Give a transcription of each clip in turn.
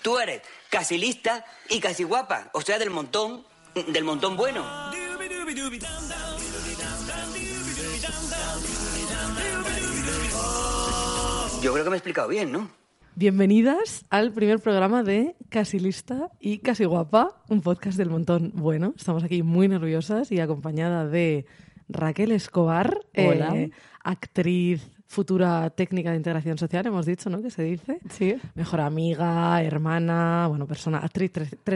Tú eres casi lista y casi guapa, o sea, del montón bueno. Yo creo que me he explicado bien, ¿no? Bienvenidas al primer programa de Casi Lista y Casi Guapa, un podcast del montón bueno. Estamos aquí muy nerviosas y acompañada de Raquel Escobar, actriz, futura técnica de integración social, hemos dicho, ¿no? Que se dice. Sí. Mejor amiga, hermana, bueno, persona, actriz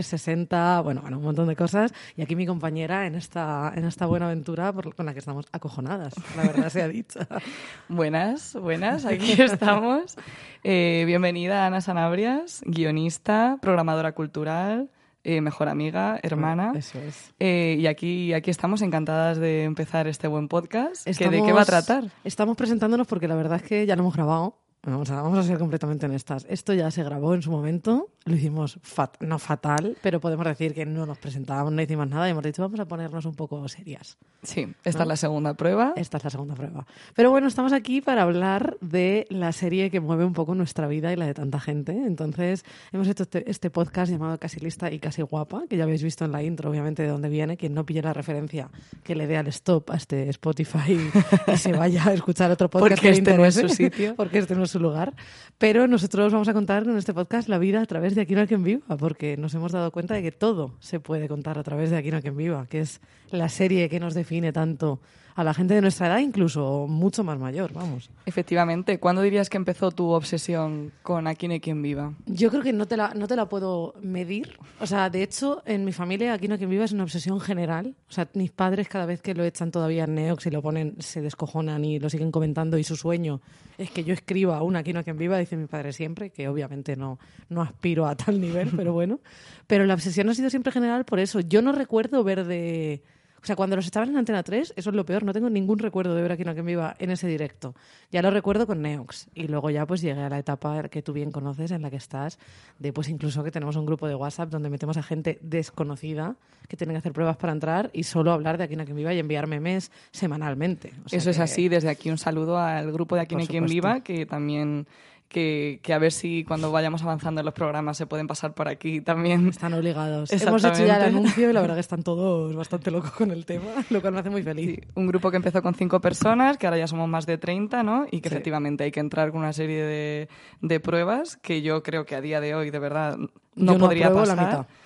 360, bueno, un montón de cosas. Y aquí mi compañera en esta buena aventura con la que estamos acojonadas, la verdad sea dicha. Buenas, aquí estamos. Bienvenida Ana Sanabrias, guionista, programadora cultural, mejor amiga, hermana. Eso es. Y aquí estamos encantadas de empezar este buen podcast. ¿De qué va a tratar? Estamos presentándonos porque la verdad es que ya lo hemos grabado. Vamos a ser completamente honestas. Esto ya se grabó en su momento, lo hicimos no fatal, pero podemos decir que no nos presentábamos, no hicimos nada y hemos dicho vamos a ponernos un poco serias. Sí, esta es la segunda prueba. Esta es la segunda prueba. Pero bueno, estamos aquí para hablar de la serie que mueve un poco nuestra vida y la de tanta gente. Entonces, hemos hecho este podcast llamado Casi Lista y Casi Guapa, que ya habéis visto en la intro, obviamente, de dónde viene. Quien no pille la referencia, que le dé al stop a este Spotify y se vaya a escuchar otro podcast. Porque este no es su sitio. Porque este no es su lugar. Pero nosotros vamos a contar con este podcast la vida a través de Aquí no hay quien viva, porque nos hemos dado cuenta de que todo se puede contar a través de Aquí no hay quien viva, que es la serie que nos define tanto a la gente de nuestra edad, incluso mucho más mayor, vamos. Efectivamente. ¿Cuándo dirías que empezó tu obsesión con Aquí no hay quien viva? Yo creo que no te la puedo medir. O sea, de hecho, en mi familia Aquí no hay quien viva es una obsesión general. O sea, mis padres cada vez que lo echan todavía en Neox y lo ponen, se descojonan y lo siguen comentando y su sueño es que yo escriba una Aquí no hay quien viva, dice mi padre siempre, que obviamente no aspiro a tal nivel, pero bueno. Pero la obsesión ha sido siempre general por eso. Yo no recuerdo ver de... O sea, cuando los estaban en Antena 3, eso es lo peor, no tengo ningún recuerdo de ver Aquí no hay quien viva en ese directo. Ya lo recuerdo con Neox. Y luego ya pues llegué a la etapa que tú bien conoces, en la que estás, de pues incluso que tenemos un grupo de WhatsApp donde metemos a gente desconocida que tienen que hacer pruebas para entrar y solo hablar de Aquí no hay quien viva y enviar memes semanalmente. O sea eso es así. Desde aquí un saludo al grupo de Aquí no hay quien viva, que también... Que a ver si cuando vayamos avanzando en los programas se pueden pasar por aquí también. Están obligados. Hemos hecho ya el anuncio y la verdad que están todos bastante locos con el tema, lo cual me hace muy feliz. Sí, un grupo que empezó con 5 personas, que ahora ya somos más de 30, ¿no? Y que efectivamente hay que entrar con una serie de pruebas que yo creo que a día de hoy, de verdad, no podría pasar. La mitad.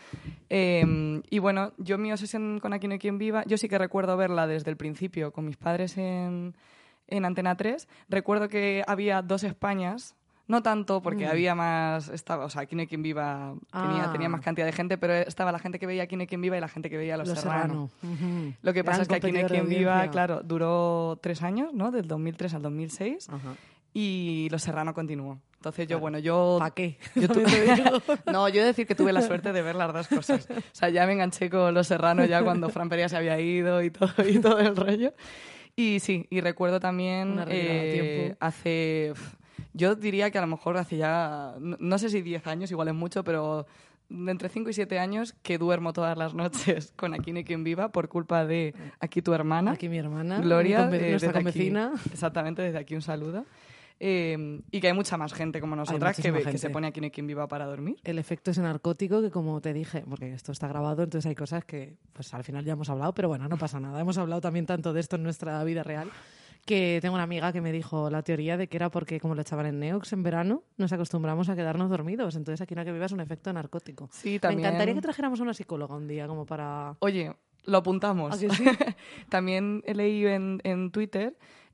Y bueno, yo mi obsesión con Aquí no hay quien viva, yo sí que recuerdo verla desde el principio con mis padres en Antena 3. Recuerdo que había 2 Españas. No tanto, porque había más... O sea, Aquí no hay quien viva tenía más cantidad de gente, pero estaba la gente que veía Aquí no hay quien viva y la gente que veía Los Serrano. Lo que pasa es que Aquí no hay quien viva, claro, duró 3 años, ¿no? Del 2003 al 2006. Ajá. Y Los Serrano continuó. Entonces yo... ¿Para qué? No, yo he de decir que tuve la suerte de ver las dos cosas. O sea, ya me enganché con Los Serrano ya cuando Fran Perea se había ido y todo el rollo. Y sí, y recuerdo también hace... Yo diría que a lo mejor hace ya, no sé si 10 años, igual es mucho, pero de entre 5 y 7 años que duermo todas las noches con Aquí no hay quien viva por culpa de Aquí tu hermana. Aquí mi hermana. Gloria. Nuestra convecina. Exactamente, desde aquí un saludo. Y que hay mucha más gente como nosotras que se pone Aquí no hay quien viva para dormir. El efecto ese narcótico que, como te dije, porque esto está grabado, entonces hay cosas que pues al final ya hemos hablado, pero bueno, no pasa nada. Hemos hablado también tanto de esto en nuestra vida real, que tengo una amiga que me dijo la teoría de que era porque como lo echaban en Neox en verano, nos acostumbramos a quedarnos dormidos. Entonces Aquí no hay quien viva es un efecto narcótico. Sí, también. Me encantaría que trajéramos a una psicóloga un día como para... Oye, lo apuntamos. ¿A que sí? También he leído en Twitter...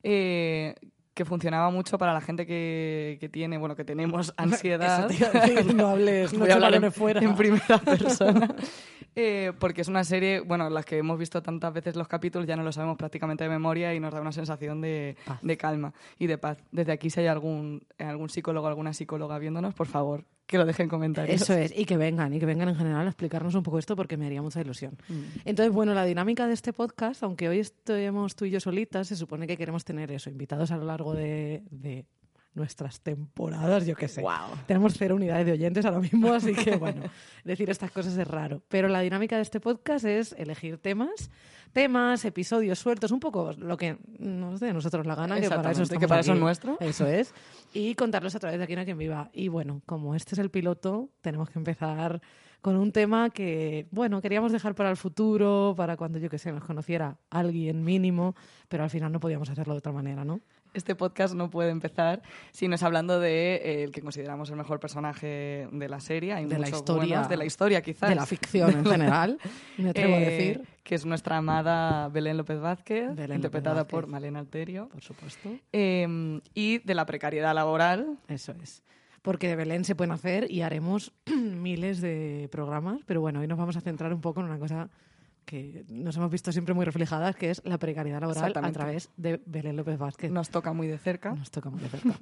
que funcionaba mucho para la gente que tiene, bueno, que tenemos ansiedad. Eso, tío, no hables, no voy a hablar fuera. En primera persona. Porque es una serie, bueno, las que hemos visto tantas veces los capítulos ya no lo sabemos prácticamente de memoria y nos da una sensación de calma y de paz. Desde aquí, si hay algún psicólogo o alguna psicóloga viéndonos, por favor, que lo dejen en comentarios. Eso es, y que vengan en general a explicarnos un poco esto porque me haría mucha ilusión. Entonces, bueno, la dinámica de este podcast, aunque hoy estemos tú y yo solitas, se supone que queremos tener eso, invitados a lo largo de nuestras temporadas, yo qué sé. Wow. Tenemos 0 unidades de oyentes ahora mismo, así que bueno, decir estas cosas es raro. Pero la dinámica de este podcast es elegir temas, episodios sueltos, un poco lo que nos dé a nosotros la gana, que para eso estamos que para eso es aquí. nuestro. Eso es. Y contarlos a través de Aquí no hay quien viva. Y bueno, como este es el piloto, tenemos que empezar con un tema que, bueno, queríamos dejar para el futuro, para cuando, yo qué sé, nos conociera alguien mínimo, pero al final no podíamos hacerlo de otra manera, ¿no? Este podcast no puede empezar si no es hablando de el que consideramos el mejor personaje de la serie. Hay de la muchos historia, buenos, de la historia quizás. De la ficción en general, me atrevo a decir. Que es nuestra amada Belén López Vázquez, interpretada López Vázquez, por Malena Alterio. Por supuesto. Y de la precariedad laboral. Eso es. Porque de Belén se pueden hacer y haremos miles de programas, pero bueno, hoy nos vamos a centrar un poco en una cosa que nos hemos visto siempre muy reflejadas, que es la precariedad laboral a través de Belén López Vázquez. Nos toca muy de cerca. Nos toca muy de cerca.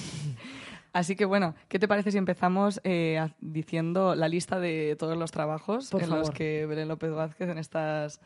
Así que bueno, ¿qué te parece si empezamos diciendo la lista de todos los trabajos Por favor. los que Belén López Vázquez en estas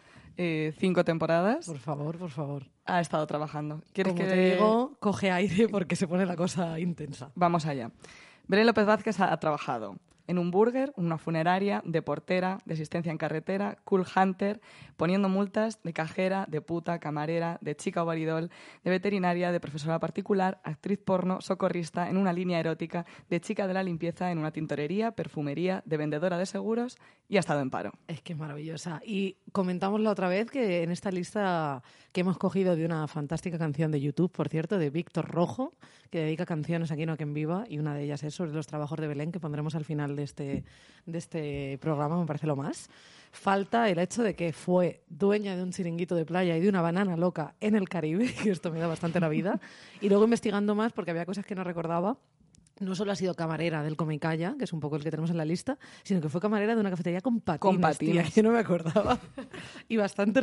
5 temporadas Por favor. ha estado trabajando? ¿Quieres Como que te digo, coge aire porque se pone la cosa intensa. Vamos allá. Belén López Vázquez ha trabajado en un burger, una funeraria, de portera, de asistencia en carretera, cool hunter, poniendo multas, de cajera, de puta, camarera, de chica o baridol, de veterinaria, de profesora particular, actriz porno, socorrista, en una línea erótica, de chica de la limpieza, en una tintorería, perfumería, de vendedora de seguros y ha estado en paro. Es que es maravillosa. Y comentamos la otra vez que en esta lista que hemos cogido de una fantástica canción de YouTube, por cierto, de Víctor Rojo, que dedica canciones aquí no a quien viva, y una de ellas es sobre los trabajos de Belén, que pondremos al final de este programa, me parece lo más. Falta el hecho de que fue dueña de un chiringuito de playa y de una banana loca en el Caribe, que esto me da bastante la vida. Y luego investigando más, porque había cosas que no recordaba, no solo ha sido camarera del Come y Calla, que es un poco el que tenemos en la lista, sino que fue camarera de una cafetería con patines. Con patines. Tía, que no me acordaba. Y bastante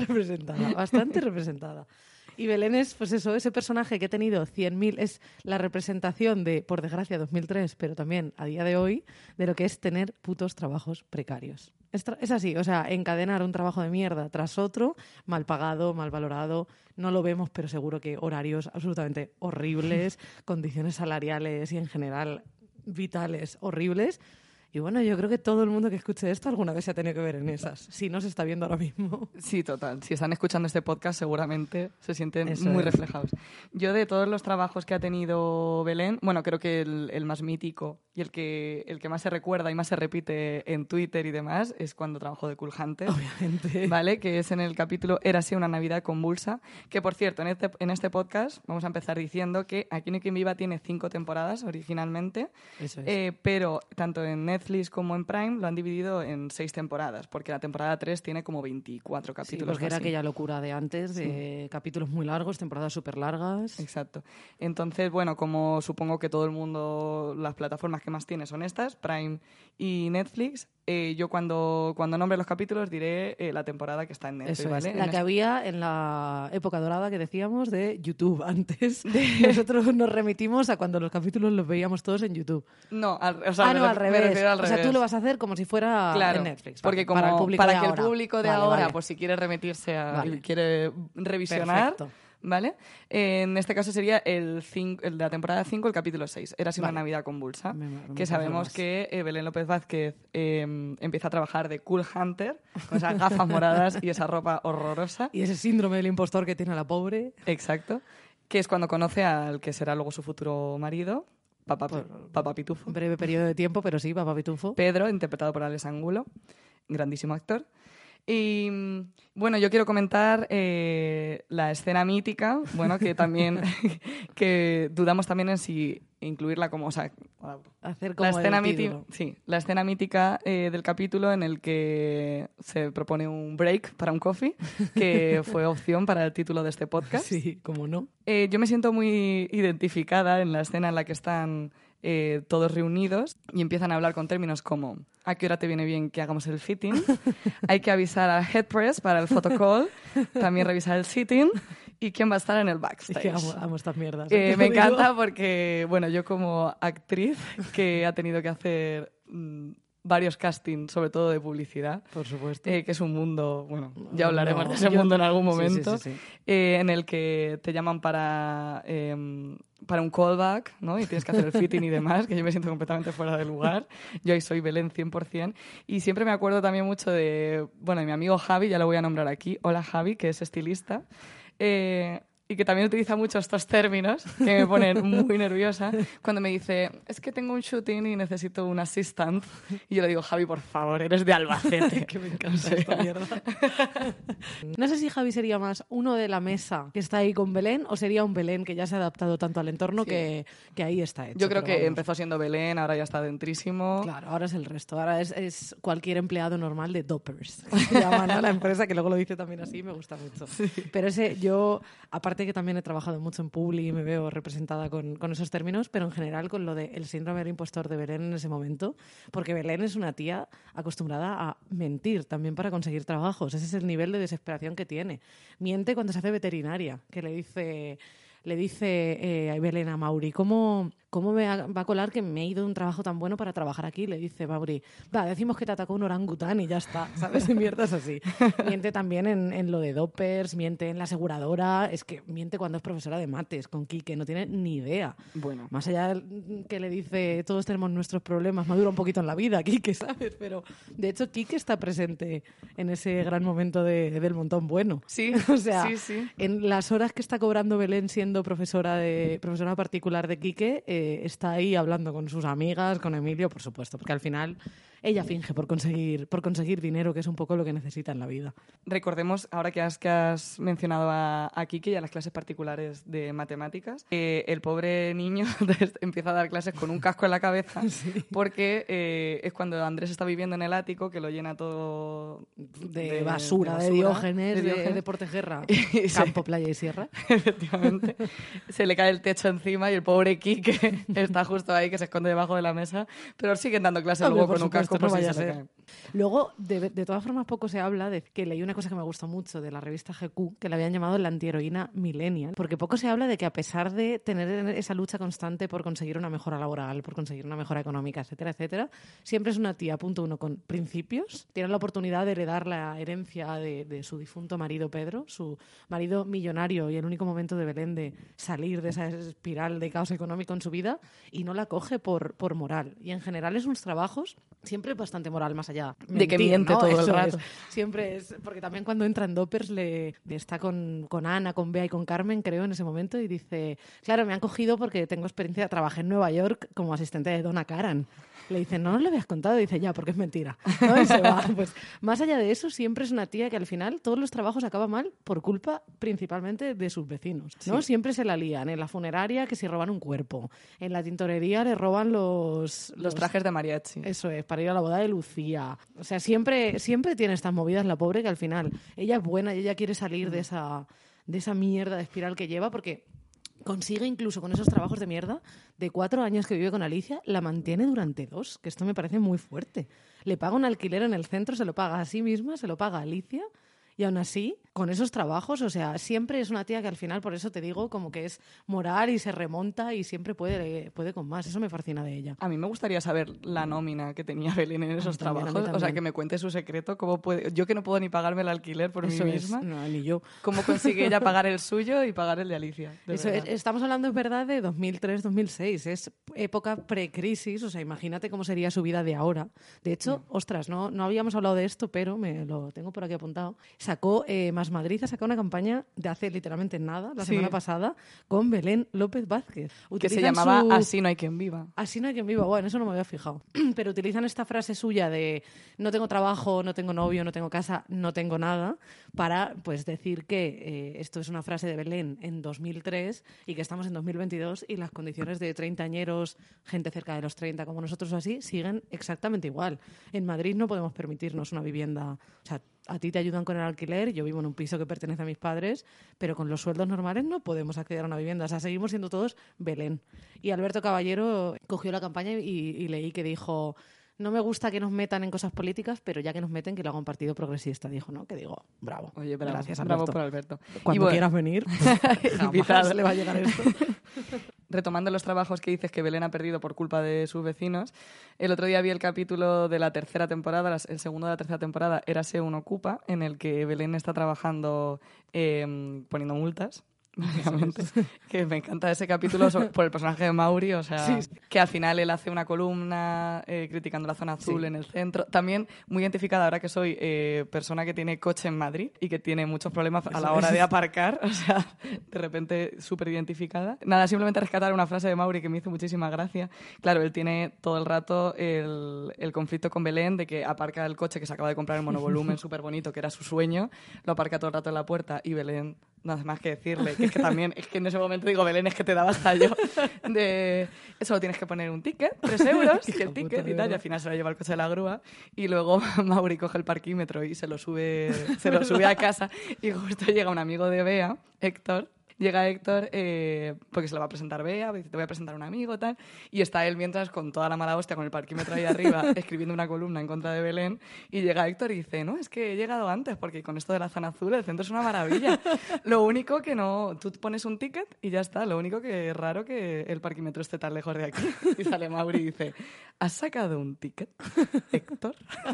representada. Y Belén es, pues eso, ese personaje que ha tenido 100.000, es la representación de, por desgracia, 2003, pero también a día de hoy, de lo que es tener putos trabajos precarios. Es así, o sea, encadenar un trabajo de mierda tras otro, mal pagado, mal valorado, no lo vemos, pero seguro que horarios absolutamente horribles, condiciones salariales y en general vitales horribles. Y bueno, yo creo que todo el mundo que escuche esto alguna vez se ha tenido que ver en esas, si no se está viendo ahora mismo. Sí, total. Si están escuchando este podcast seguramente se sienten Eso muy es. reflejados. Yo de todos los trabajos que ha tenido Belén, bueno, creo que el más mítico y el que más se recuerda y más se repite en Twitter y demás es cuando trabajó de Cool Hunter. Obviamente. ¿Vale? Que es en el capítulo Érase una Navidad convulsa, que por cierto, en este podcast vamos a empezar diciendo que Aquí no hay quien viva tiene 5 temporadas originalmente, Eso es. pero tanto en Netflix como en Prime lo han dividido en 6 temporadas, porque la temporada 3 tiene como 24 Sí, capítulos. porque era así. aquella locura de antes, de capítulos muy largos, temporadas súper largas. Exacto. Entonces, bueno, como supongo que todo el mundo, las plataformas que más tiene son estas, Prime y Netflix, yo cuando nombre los capítulos diré la temporada que está en Netflix, Eso ¿vale? es, la que había en la época dorada que decíamos de YouTube antes. Nosotros nos remitimos a cuando los capítulos los veíamos todos en YouTube. No, al no, al me revés. refiero al O sea, revés. tú lo vas a hacer como si fuera Claro, en Netflix. porque vale, para el público para de que ahora. el público de Vale, ahora, vale. pues si quiere remitirse a Vale. y quiere revisionar, Perfecto. ¿vale? En este caso sería el de la temporada 5, el capítulo 6. Érase una Vale. Navidad convulsa, Me que parece sabemos más. que Belén López Vázquez empieza a trabajar de Cool Hunter, con esas gafas moradas y esa ropa horrorosa. Y ese síndrome del impostor que tiene la pobre. Exacto. Que es cuando conoce al que será luego su futuro marido, Papá Pitufo. Breve periodo de tiempo, pero sí, Papá Pitufo. Pedro, interpretado por Alex Angulo, grandísimo actor. Y bueno, yo quiero comentar la escena mítica, bueno, que también que dudamos también en si incluirla como, o sea, Hacer como la escena mítica del capítulo en el que se propone un break para un coffee, que fue opción para el título de este podcast. Sí, como no. Yo me siento muy identificada en la escena en la que están todos reunidos y empiezan a hablar con términos como ¿a qué hora te viene bien que hagamos el fitting? Hay que avisar a Headpress para el photocall, también revisar el sitting y quién va a estar en el backstage. Es que amo estas mierdas. Me Te lo digo. encanta porque, bueno, yo como actriz que ha tenido que hacer varios castings, sobre todo de publicidad, Por supuesto. que es un mundo, bueno, ya hablaremos No, de ese yo- mundo en algún Sí, sí, momento, sí, sí. en el que te llaman para para un callback, ¿no? Y tienes que hacer el fitting y demás, que yo me siento completamente fuera de lugar. Yo ahí soy Belén 100%. Y siempre me acuerdo también mucho de mi amigo Javi, ya lo voy a nombrar aquí. Hola Javi, que es estilista. Y que también utiliza mucho estos términos que me ponen muy nerviosa cuando me dice, es que tengo un shooting y necesito un assistant. Y yo le digo, Javi, por favor, eres de Albacete. Que me encanta esta mierda. No sé si Javi sería más uno de la mesa que está ahí con Belén o sería un Belén que ya se ha adaptado tanto al entorno que ahí está hecho. Yo creo que empezó siendo Belén, ahora ya está dentrísimo. Claro, ahora es el resto. Ahora es cualquier empleado normal de Doppers. Se llaman a la empresa, que luego lo dice también así, me gusta mucho. Sí. Pero yo, aparte que también he trabajado mucho en Publi y me veo representada con esos términos, pero en general con lo del síndrome del impostor de Belén en ese momento, porque Belén es una tía acostumbrada a mentir también para conseguir trabajos. Ese es el nivel de desesperación que tiene. Miente cuando se hace veterinaria, que le dice Belén a Mauri, ¿cómo me va a colar que me he ido de un trabajo tan bueno para trabajar aquí? Le dice Mauri, decimos que te atacó un orangután y ya está, ¿sabes? Mierdas así. Miente también en lo de Doppers, miente en la aseguradora, es que miente cuando es profesora de mates con Quique, no tiene ni idea. Bueno. Más allá que le dice, todos tenemos nuestros problemas, madura un poquito en la vida, Quique, ¿sabes? Pero, de hecho, Quique está presente en ese gran momento del montón bueno. Sí, o sea, sí. En las horas que está cobrando Belén siendo profesora particular de Quique, está ahí hablando con sus amigas, con Emilio, por supuesto, porque al final ella finge por conseguir dinero, que es un poco lo que necesita en la vida. Recordemos, ahora que has mencionado a Kike y a las clases particulares de matemáticas, el pobre niño empieza a dar clases con un casco en la cabeza porque es cuando Andrés está viviendo en el ático, que lo llena todo de basura, de Diógenes, de Portejerra, campo, playa y sierra. Efectivamente. Se le cae el techo encima y el pobre Quique está justo ahí, que se esconde debajo de la mesa, pero siguen dando clases luego con un casco. No vaya a ser. Luego, de todas formas, poco se habla de que leí una cosa que me gustó mucho de la revista GQ, que la habían llamado la antiheroína millennial, porque poco se habla de que a pesar de tener esa lucha constante por conseguir una mejora laboral, por conseguir una mejora económica, etcétera, etcétera, siempre es una tía, punto uno, con principios. Tiene la oportunidad de heredar la herencia de su difunto marido Pedro, su marido millonario y el único momento de Belén de salir de esa espiral de caos económico en su vida, y no la coge por moral. Y en general es unos trabajos siempre bastante moral, más allá de que miente, ¿no? Todo el rato. Siempre es, porque también cuando entra en Doppers está con Ana, con Bea y con Carmen, creo, en ese momento, y dice, claro, me han cogido porque tengo experiencia, trabajé en Nueva York como asistente de Donna Karan. Le dicen, no lo habías contado, y dice, ya, porque es mentira, ¿no? Y se va. Pues más allá de eso, siempre es una tía que al final todos los trabajos acaban mal por culpa principalmente de sus vecinos, ¿no? Sí. Siempre se la lían. En la funeraria, que si roban un cuerpo. En la tintorería le roban los trajes de mariachi. Eso es, para ir a la boda de Lucía. O sea, siempre tiene estas movidas la pobre, que al final ella es buena y ella quiere salir de esa mierda de espiral que lleva, porque consigue incluso con esos trabajos de mierda, de 4 años que vive con Alicia, la mantiene durante 2, que esto me parece muy fuerte. Le paga un alquiler en el centro, se lo paga a sí misma, se lo paga a Alicia, y aún así, con esos trabajos, o sea, siempre es una tía que al final, por eso te digo, como que es moral y se remonta y siempre puede con más. Eso me fascina de ella. A mí me gustaría saber la nómina que tenía Belén en esos trabajos. O sea, que me cuente su secreto. ¿Cómo puede? Yo que no puedo ni pagarme el alquiler por mí misma. No, ni yo. ¿Cómo consigue ella pagar el suyo y pagar el de Alicia? Eso es, estamos hablando, es verdad, de 2003-2006. Es época precrisis. O sea, imagínate cómo sería su vida de ahora. De hecho, ostras, no habíamos hablado de esto, pero me lo tengo por aquí apuntado. Sacó Más Madrid, ha sacado una campaña de hace literalmente nada, la semana pasada, con Belén López Vázquez. Que se llamaba Así no hay quien viva. Así no hay quien viva. Bueno, eso no me había fijado. Pero utilizan esta frase suya de no tengo trabajo, no tengo novio, no tengo casa, no tengo nada, para pues decir que esto es una frase de Belén en 2003 y que estamos en 2022 y las condiciones de treintañeros, gente cerca de los 30 como nosotros o así, siguen exactamente igual. En Madrid no podemos permitirnos una vivienda. O sea, a ti te ayudan con el alquiler, yo vivo en un piso que pertenece a mis padres, pero con los sueldos normales no podemos acceder a una vivienda. O sea, seguimos siendo todos Belén. Y Alberto Caballero cogió la campaña y leí que dijo, no me gusta que nos metan en cosas políticas, pero ya que nos meten, que lo haga un partido progresista. Dijo, ¿no? Que digo, bravo. Oye, bravo. Gracias, Alberto. Bravo por Alberto. Cuando quieras venir, jamás le va a llegar esto. Retomando los trabajos que dices que Belén ha perdido por culpa de sus vecinos, el otro día vi el capítulo de la tercera temporada, el segundo de la tercera temporada, Érase un ocupa, en el que Belén está trabajando poniendo multas básicamente. Que me encanta ese capítulo por el personaje de Mauri, o sea, que al final él hace una columna criticando la zona azul en el centro. También muy identificada ahora que soy persona que tiene coche en Madrid y que tiene muchos problemas a la hora de aparcar, o sea, de repente súper identificada. Nada, simplemente rescatar una frase de Mauri que me hizo muchísima gracia. Claro, él tiene todo el rato el conflicto con Belén de que aparca el coche que se acaba de comprar en monovolumen súper bonito, que era su sueño, lo aparca todo el rato en la puerta y Belén no hace más que decirle que es que también, es que en ese momento digo, Belén, es que te daba hasta yo de eso, lo tienes que poner un ticket, 3 euros, que el ticket y tal, y al final se lo lleva el coche de la grúa y luego Mauri coge el parquímetro y se lo sube a casa y justo llega un amigo de Bea, Héctor. Llega Héctor porque se lo va a presentar Bea, dice, te voy a presentar a un amigo, tal, y está él mientras con toda la mala hostia, con el parquímetro ahí arriba, escribiendo una columna en contra de Belén, y llega Héctor y dice, no, es que he llegado antes, porque con esto de la zona azul el centro es una maravilla. Lo único que no, tú pones un ticket y ya está, lo único que es raro que el parquímetro esté tan lejos de aquí. Y sale Mauri y dice, ¿has sacado un ticket, Héctor?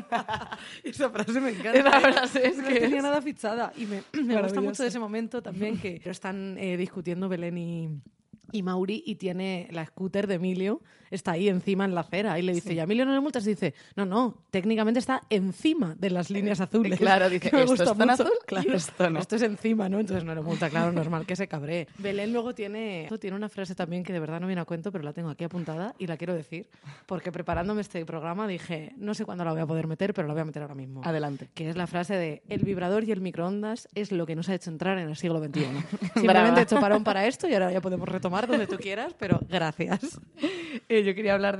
Esa frase me encanta. Esa frase es no que tenía nada fichada. Y me gusta mucho de ese momento también que están discutiendo Belén y Mauri y tiene la scooter de Emilio, está ahí encima en la acera y le dice, ¿y a Emilio no le multas? Y dice, no, técnicamente está encima de las líneas azules. Claro, dice, me ¿esto gusta es zona mucho. azul? Claro, Y esto no. Esto es encima, ¿no? Entonces no le multa, claro, normal que se cabree. Belén luego tiene una frase también que de verdad no viene a cuento, pero la tengo aquí apuntada y la quiero decir, porque preparándome este programa dije, no sé cuándo la voy a poder meter, pero la voy a meter ahora mismo. Adelante. Que es la frase de, el vibrador y el microondas es lo que nos ha hecho entrar en el siglo XXI. Simplemente he hecho parón para esto y ahora ya podemos retomar donde tú quieras, pero gracias. Yo quería hablar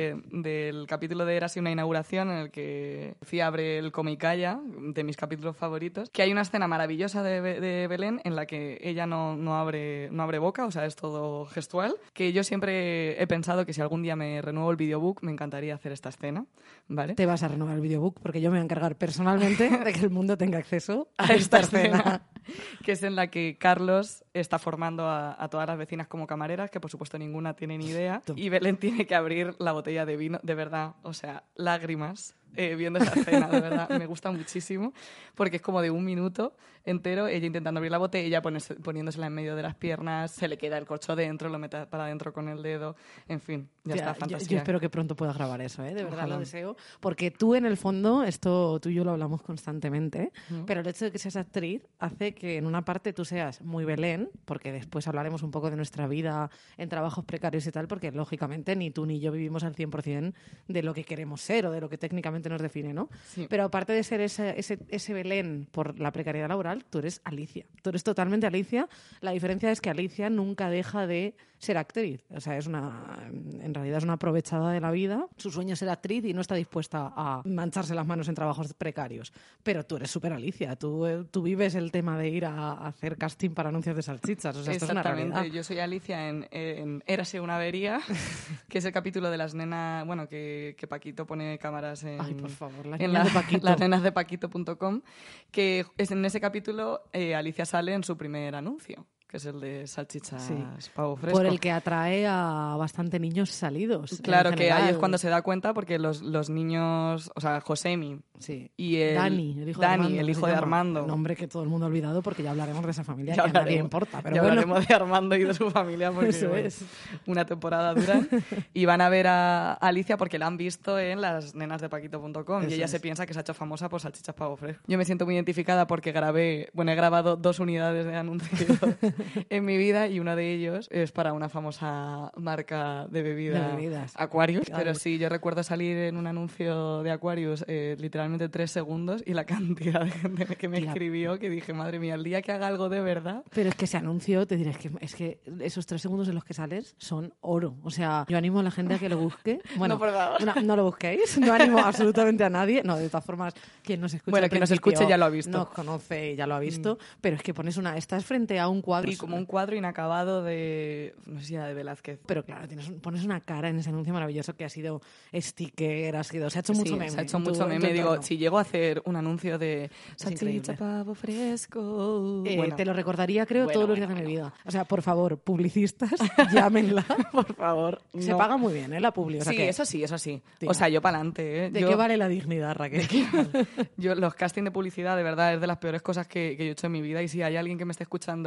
del capítulo de Érase una inauguración en el que Lucía abre el Comicaya, de mis capítulos favoritos, que hay una escena maravillosa de Belén en la que ella no abre boca, o sea, es todo gestual, que yo siempre he pensado que si algún día me renuevo el videobook me encantaría hacer esta escena, ¿vale? Te vas a renovar el videobook porque yo me voy a encargar personalmente de que el mundo tenga acceso a esta escena, que es en la que Carlos está formando a todas las vecinas como camareras, que por supuesto ninguna tiene ni idea, y Belén tiene que abrir la botella de vino, de verdad, o sea, lágrimas viendo esa escena, de verdad, me gusta muchísimo, porque es como de 1 minuto entero, ella intentando abrir la botella, poniéndosela en medio de las piernas, se le queda el corcho dentro, lo mete para adentro con el dedo, en fin, ya está, fantasía. Yo espero que pronto puedas grabar eso, de verdad. Ojalá. Lo deseo, porque tú en el fondo, esto tú y yo lo hablamos constantemente, pero el hecho de que seas actriz hace que en una parte tú seas muy Belén, porque después hablaremos un poco de nuestra vida en trabajos precarios y tal, porque lógicamente ni tú ni yo vivimos al 100% de lo que queremos ser o de lo que técnicamente nos define, ¿no? Sí. Pero aparte de ser ese Belén por la precariedad laboral, tú eres Alicia. Tú eres totalmente Alicia. La diferencia es que Alicia nunca deja de ser actriz. O sea, en realidad es una aprovechada de la vida. Su sueño es ser actriz y no está dispuesta a mancharse las manos en trabajos precarios. Pero tú eres súper Alicia. Tú vives el tema de ir a hacer casting para anuncios de salchichas. O sea, esto es una realidad. Yo soy Alicia en Érase una avería, que es el capítulo de las nenas, bueno, que Paquito pone cámaras en... Ay, por favor, las en nenas de Paquito. las nenas de Paquito.com, que es en ese capítulo Alicia sale en su primer anuncio, que es el de salchichas pavo fresco. Por el que atrae a bastante niños salidos. Claro, que ahí es cuando se da cuenta porque los niños, o sea, Josemi y Dani, el hijo de Armando. El nombre que todo el mundo ha olvidado porque ya hablaremos de esa familia, ya que a nadie importa. Pero ya bueno. hablaremos de Armando y de su familia porque Eso es. Una temporada dura. Y van a ver a Alicia porque la han visto en las nenas de Paquito.com y ella se piensa que se ha hecho famosa por salchichas pavo fresco. Yo me siento muy identificada porque he grabado 2 unidades de anuncios en mi vida y uno de ellos es para una famosa marca de bebidas. Aquarius. Claro. Pero sí, yo recuerdo salir en un anuncio de Aquarius literalmente 3 segundos y la cantidad de gente que me escribió que dije, madre mía, el día que haga algo de verdad... Pero es que ese anuncio, te diré, es que esos 3 segundos en los que sales son oro. O sea, yo animo a la gente a que lo busque. Bueno, no, por favor. No lo busquéis. No animo absolutamente a nadie. No, de todas formas, quien nos escuche quien nos escuche ya lo ha visto. Nos conoce y ya lo ha visto. Pero es que estás frente a un cuadro... Y como un cuadro inacabado de... no sé si era de Velázquez. Pero claro, pones una cara en ese anuncio maravilloso que ha sido sticker, se ha hecho mucho meme. Se ha hecho mucho meme. Digo, si llego a hacer un anuncio de salchicha pavo fresco... Te lo recordaría, creo, todos los días de mi vida. O sea, por favor, publicistas, llámenla. Por favor. Se paga muy bien, la publi. O sea, eso sí. Tía. O sea, yo para adelante. ¿De qué vale la dignidad, Raquel? Los castings de publicidad, de verdad, es de las peores cosas que yo he hecho en mi vida. Y si hay alguien que me esté escuchando que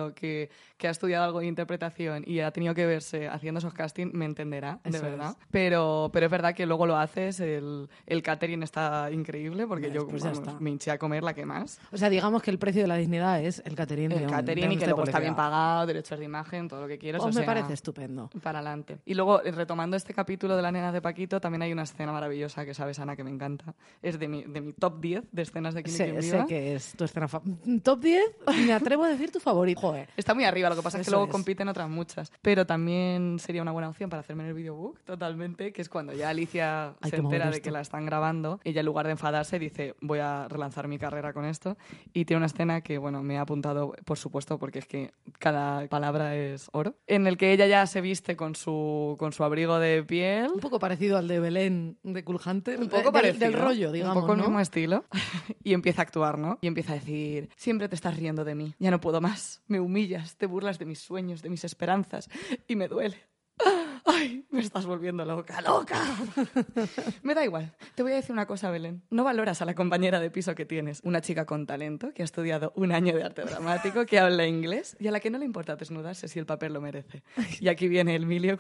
que ha estudiado algo de interpretación y ha tenido que verse haciendo esos castings, me entenderá, de Eso verdad. es. Pero es verdad que luego lo haces, el catering está increíble, porque yo Pues ya está. me hinché a comer la que más. O sea, digamos que el precio de la dignidad es el catering. El catering y que luego está bien pagado, derechos de imagen, todo lo que quieras. Pues o me sea, parece estupendo. para adelante. Y luego, retomando este capítulo de las nenas de Paquito, también hay una escena maravillosa que sabes, Ana, que me encanta. Es de mi top 10 de escenas de Quién es Quién Sé Viva. que es tu escena top 10, me atrevo a decir tu favorito. Joder. Está muy arriba, lo que pasa es que Eso luego es. compiten otras muchas. Pero también sería una buena opción para hacerme en el videobook, totalmente, que es cuando ya Alicia Hay se que mover entera de esto. que la están grabando, ella en lugar de enfadarse dice, voy a relanzar mi carrera con esto. Y tiene una escena que, bueno, me ha apuntado, por supuesto, porque es que cada palabra es oro, en el que ella ya se viste con su abrigo de piel. Un poco parecido al de Belén de Cool Hunter. Un poco parecido. Del rollo, digamos, un poco el ¿no? mismo estilo. Y empieza a actuar, ¿no? Y empieza a decir, siempre te estás riendo de mí, ya no puedo más, me humillas, te burlas de mis sueños, de mis esperanzas, y me duele. ¡Ay! Me estás volviendo loca, loca. Me da igual. Te voy a decir una cosa, Belén. No valoras a la compañera de piso que tienes. Una chica con talento, que ha estudiado un año de arte dramático, que habla inglés y a la que no le importa desnudarse si el papel lo merece. Y aquí viene Emilio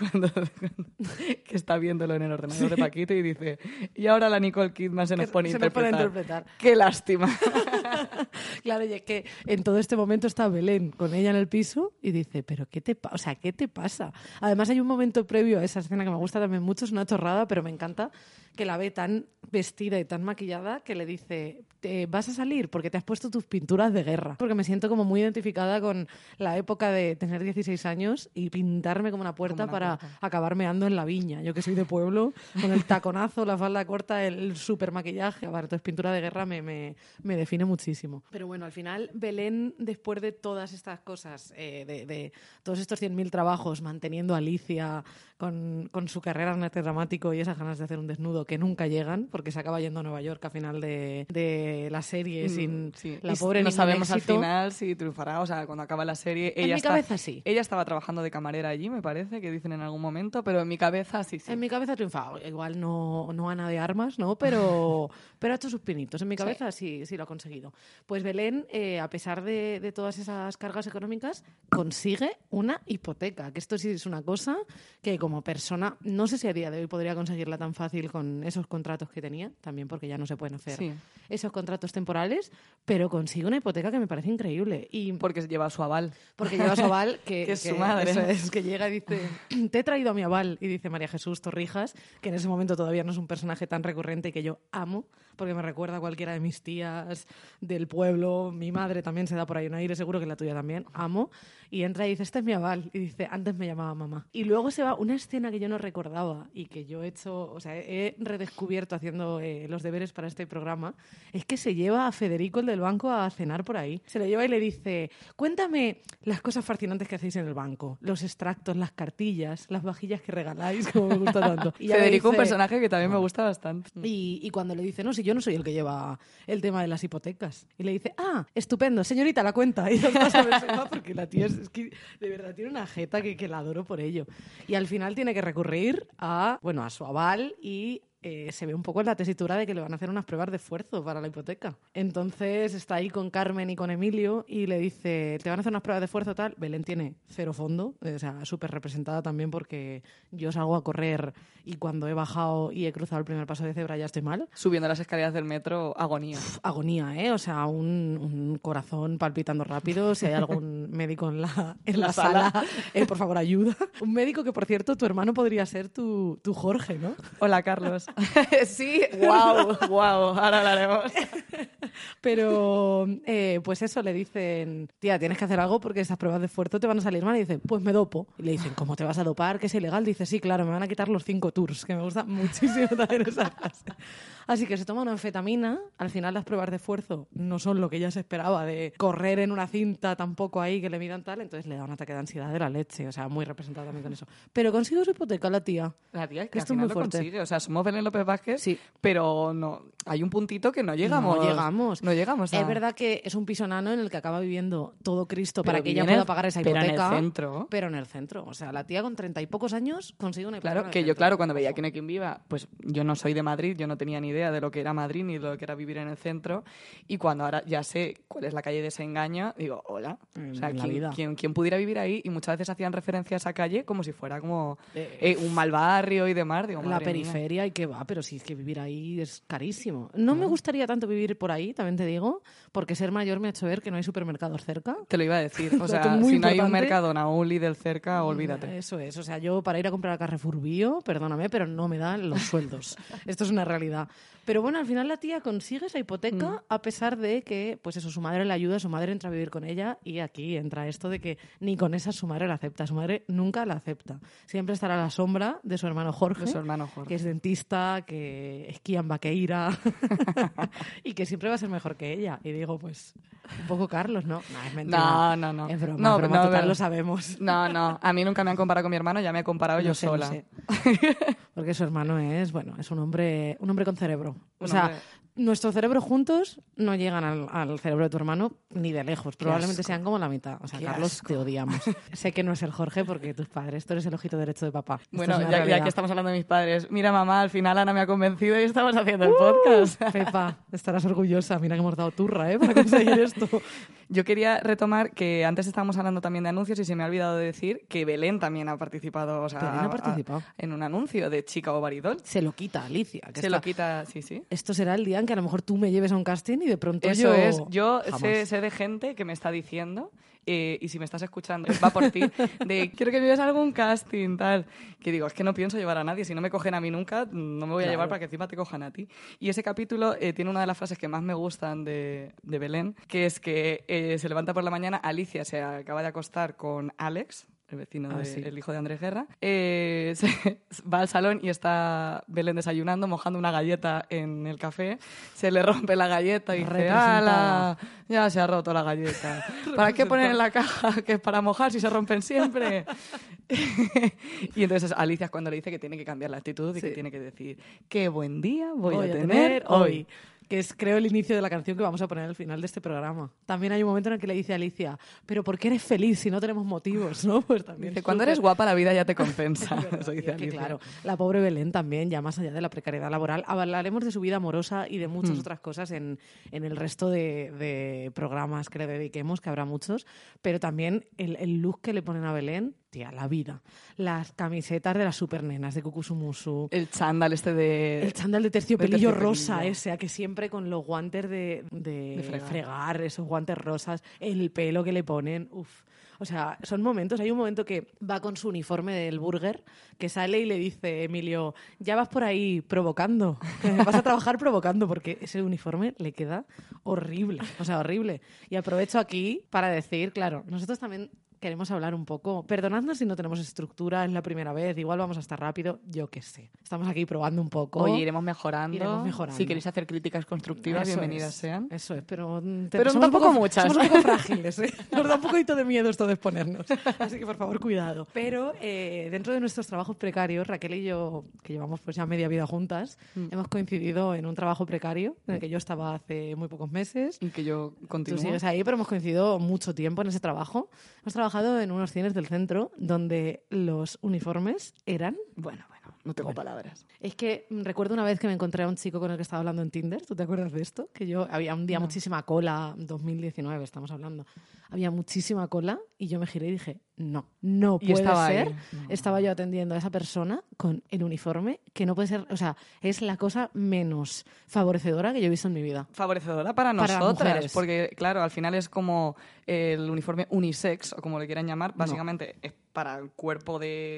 que está viéndolo en el ordenador de Paquito y dice, y ahora la Nicole Kidman se nos pone a interpretar. ¡Qué lástima! Claro, y es que en todo este momento está Belén con ella en el piso y dice, pero ¿qué te pasa? O sea, ¿qué te pasa? Además hay un momento previo a esa escena que me gusta también mucho, es una chorrada, pero me encanta, que la ve tan vestida y tan maquillada que le dice, ¿vas a salir? Porque te has puesto tus pinturas de guerra. Porque me siento como muy identificada con la época de tener 16 años y pintarme como una puerta para acabar meando en la viña. Yo que soy de pueblo, con el taconazo, la falda corta, el súper maquillaje. Entonces pintura de guerra me define muchísimo. Pero bueno, al final Belén, después de todas estas cosas, de todos estos 100.000 trabajos, manteniendo a Alicia con su carrera en arte dramático y esas ganas de hacer un desnudo que nunca llegan, porque se acaba yendo a Nueva York a final de la serie sin Sí. la Y pobre no ningún sabemos éxito. al final si triunfará, o sea, cuando acaba la serie En mi cabeza sí. Ella estaba trabajando de camarera allí, me parece, que dicen en algún momento, pero en mi cabeza sí. En mi cabeza ha triunfado. Igual no Ana de Armas, ¿no? Pero ha hecho sus pinitos. En mi cabeza sí lo ha conseguido. Pues Belén, a pesar de todas esas cargas económicas, consigue una hipoteca. Que esto sí es una cosa que como persona, no sé si a día de hoy podría conseguirla tan fácil con esos contratos que tenía, también porque ya no se pueden hacer esos contratos temporales, pero consigue una hipoteca que me parece increíble. Y porque lleva su aval. Porque lleva su aval, que es su madre. Eso es, que llega y dice, te he traído a mi aval. Y dice María Jesús Torrijas, que en ese momento todavía no es un personaje tan recurrente y que yo amo, porque me recuerda a cualquiera de mis tías del pueblo. Mi madre también se da por ahí un aire, seguro que la tuya también. Amo. Y entra y dice, este es mi aval. Y dice, antes me llamaba mamá. Y luego se va una escena que yo no recordaba y que yo he redescubierto haciendo los deberes para este programa, es que se lleva a Federico, el del banco, a cenar por ahí. Se lo lleva y le dice, cuéntame las cosas fascinantes que hacéis en el banco, los extractos, las cartillas, las vajillas que regaláis, como me gusta tanto. Y Federico, un personaje que también me gusta bastante. Y cuando le dice, no, si yo no soy el que lleva el tema de las hipotecas. Y le dice, estupendo, señorita, la cuenta. Y ya está, ¿sabes? Porque la tía es que de verdad tiene una jeta que la adoro por ello. Y al final tiene que recurrir a su aval y se ve un poco en la tesitura de que le van a hacer unas pruebas de esfuerzo para la hipoteca. Entonces está ahí con Carmen y con Emilio y le dice, te van a hacer unas pruebas de esfuerzo tal. Belén tiene cero fondo, o sea, súper representada también porque yo salgo a correr y cuando he bajado y he cruzado el primer paso de cebra ya estoy mal. Subiendo las escaleras del metro, agonía. Agonía, ¿eh? O sea, un corazón palpitando rápido. Si hay algún médico en la sala, por favor, ayuda. Un médico que, por cierto, tu hermano podría ser tu Jorge, ¿no? Hola, Carlos. Sí, wow, ahora lo haremos. Pero, pues eso, le dicen, tía, tienes que hacer algo porque esas pruebas de esfuerzo te van a salir mal. Y dice, pues me dopo. Y le dicen, ¿cómo te vas a dopar? Que es ilegal. Dice, sí, claro, me van a quitar los 5 tours, que me gusta muchísimo también esa frase. Así que se toma una anfetamina. Al final las pruebas de esfuerzo no son lo que ella se esperaba, de correr en una cinta tampoco ahí que le midan tal. Entonces le da un ataque de ansiedad de la leche. O sea, muy representada también con eso. Pero consigue su hipoteca la tía. La tía que esto al final es muy lo fuerte. consigue. O sea, somos Belén López Vázquez, sí, pero no, hay un puntito que no llegamos. No llegamos. A... Es verdad que es un piso nano en el que acaba viviendo todo Cristo para que ella pueda pagar esa hipoteca. Pero en el centro. Pero en el centro. O sea, la tía con 30 y pocos años consigue una hipoteca. Claro, que yo, claro, cuando veía Quién es Quien Viva, pues yo no soy de Madrid, yo no tenía ni idea idea de lo que era Madrid ni de lo que era vivir en el centro. Y cuando ahora ya sé cuál es la calle de Desengaño, digo, hola. O sea, ¿quién pudiera vivir ahí? Y muchas veces hacían referencia a esa calle como si fuera como un mal barrio y demás. Digo, la periferia, y que va, pero sí, es que vivir ahí es carísimo. No me gustaría tanto vivir por ahí, también te digo, porque ser mayor me ha hecho ver que no hay supermercados cerca. Te lo iba a decir. O sea, si no hay un Mercadona o un Lidl cerca, olvídate. Eso es. O sea, yo para ir a comprar a Carrefour Bio, perdóname, pero no me dan los sueldos. Esto es una realidad. Pero bueno, al final la tía consigue esa hipoteca a pesar de que, pues eso, su madre le ayuda, su madre entra a vivir con ella y aquí entra esto de que ni con esa su madre la acepta. Su madre nunca la acepta. Siempre estará a la sombra de su hermano Jorge, que es dentista, que esquía en Vaqueira y que siempre va a ser mejor que ella. Y digo, pues, un poco Carlos, ¿no? No, es mentira. No. Es broma, total, lo sabemos. No. A mí nunca me han comparado con mi hermano, ya me he comparado yo sola. No sé. Porque su hermano es un hombre con cerebro. O sea, nuestros cerebros juntos no llegan al cerebro de tu hermano ni de lejos. Probablemente sean como la mitad. O sea, Carlos, te odiamos. Sé que no es el Jorge porque tus padres, tú eres el ojito derecho de papá. Bueno, ya que estamos hablando de mis padres, mira, mamá, al final Ana me ha convencido y estamos haciendo el podcast. Pepa, estarás orgullosa. Mira que hemos dado turra, para conseguir esto. Yo quería retomar que antes estábamos hablando también de anuncios y se me ha olvidado de decir que Belén también ha participado, en un anuncio de Chica o Baridol. Se lo quita Alicia. Lo quita, sí. Esto será el día en que a lo mejor tú me lleves a un casting y de pronto yo sé de gente que me está diciendo, y si me estás escuchando, va por ti, de quiero que me lleves a algún casting, tal. Que digo, es que no pienso llevar a nadie. Si no me cogen a mí nunca, no me voy a llevar para que encima te cojan a ti. Y ese capítulo tiene una de las frases que más me gustan de Belén, que es que se levanta por la mañana, Alicia se acaba de acostar con Alex, el vecino, el hijo de Andrés Guerra, va al salón y está Belén desayunando, mojando una galleta en el café, se le rompe la galleta y dice, ¡hala! Ya se ha roto la galleta. ¿Para qué poner en la caja que es para mojar si se rompen siempre? Y entonces Alicia es cuando le dice que tiene que cambiar la actitud y que tiene que decir, ¡qué buen día voy a tener hoy! Que es, creo, el inicio de la canción que vamos a poner al final de este programa. También hay un momento en el que le dice a Alicia, pero ¿por qué eres feliz si no tenemos motivos? ¿No? Pues también dice, cuando eres guapa la vida ya te compensa. Eso dice Alicia. Claro, la pobre Belén también, ya más allá de la precariedad laboral. Hablaremos de su vida amorosa y de muchas otras cosas en el resto de programas que le dediquemos, que habrá muchos, pero también el look que le ponen a Belén, tía, la vida. Las camisetas de las supernenas de Kukusumusu. El chándal El chándal de terciopelillo rosa ese, que siempre con los guantes de fregar, esos guantes rosas, el pelo que le ponen, O sea, son momentos. Hay un momento que va con su uniforme del burger, que sale y le dice, Emilio, ya vas por ahí provocando, vas a trabajar provocando, porque ese uniforme le queda horrible, o sea, horrible. Y aprovecho aquí para decir, claro, nosotros también queremos hablar un poco. Perdonadnos si no tenemos estructura, es la primera vez, igual vamos a estar rápido, yo qué sé. Estamos aquí probando un poco. Oye, iremos mejorando. Si queréis hacer críticas constructivas, bienvenidas sean. Eso es, pero tampoco muchas. Somos un poco frágiles, ¿eh? Nos da un poquito de miedo esto de exponernos. Así que, por favor, cuidado. Pero dentro de nuestros trabajos precarios, Raquel y yo, que llevamos pues ya media vida juntas, hemos coincidido en un trabajo precario en el que yo estaba hace muy pocos meses. Y que yo continúo. Tú sigues ahí, pero hemos coincidido mucho tiempo en ese trabajo. Hemos trabajado en unos cines del centro donde los uniformes eran... Bueno, no tengo palabras. Es que recuerdo una vez que me encontré a un chico con el que estaba hablando en Tinder. ¿Tú te acuerdas de esto? Que yo había un día muchísima cola, 2019 estamos hablando. Había muchísima cola y yo me giré y dije, no puede ser. No. Estaba yo atendiendo a esa persona con el uniforme, que no puede ser, o sea, es la cosa menos favorecedora que yo he visto en mi vida. Favorecedora para nosotras, mujeres. Porque claro, al final es como el uniforme unisex, o como le quieran llamar, básicamente es para el cuerpo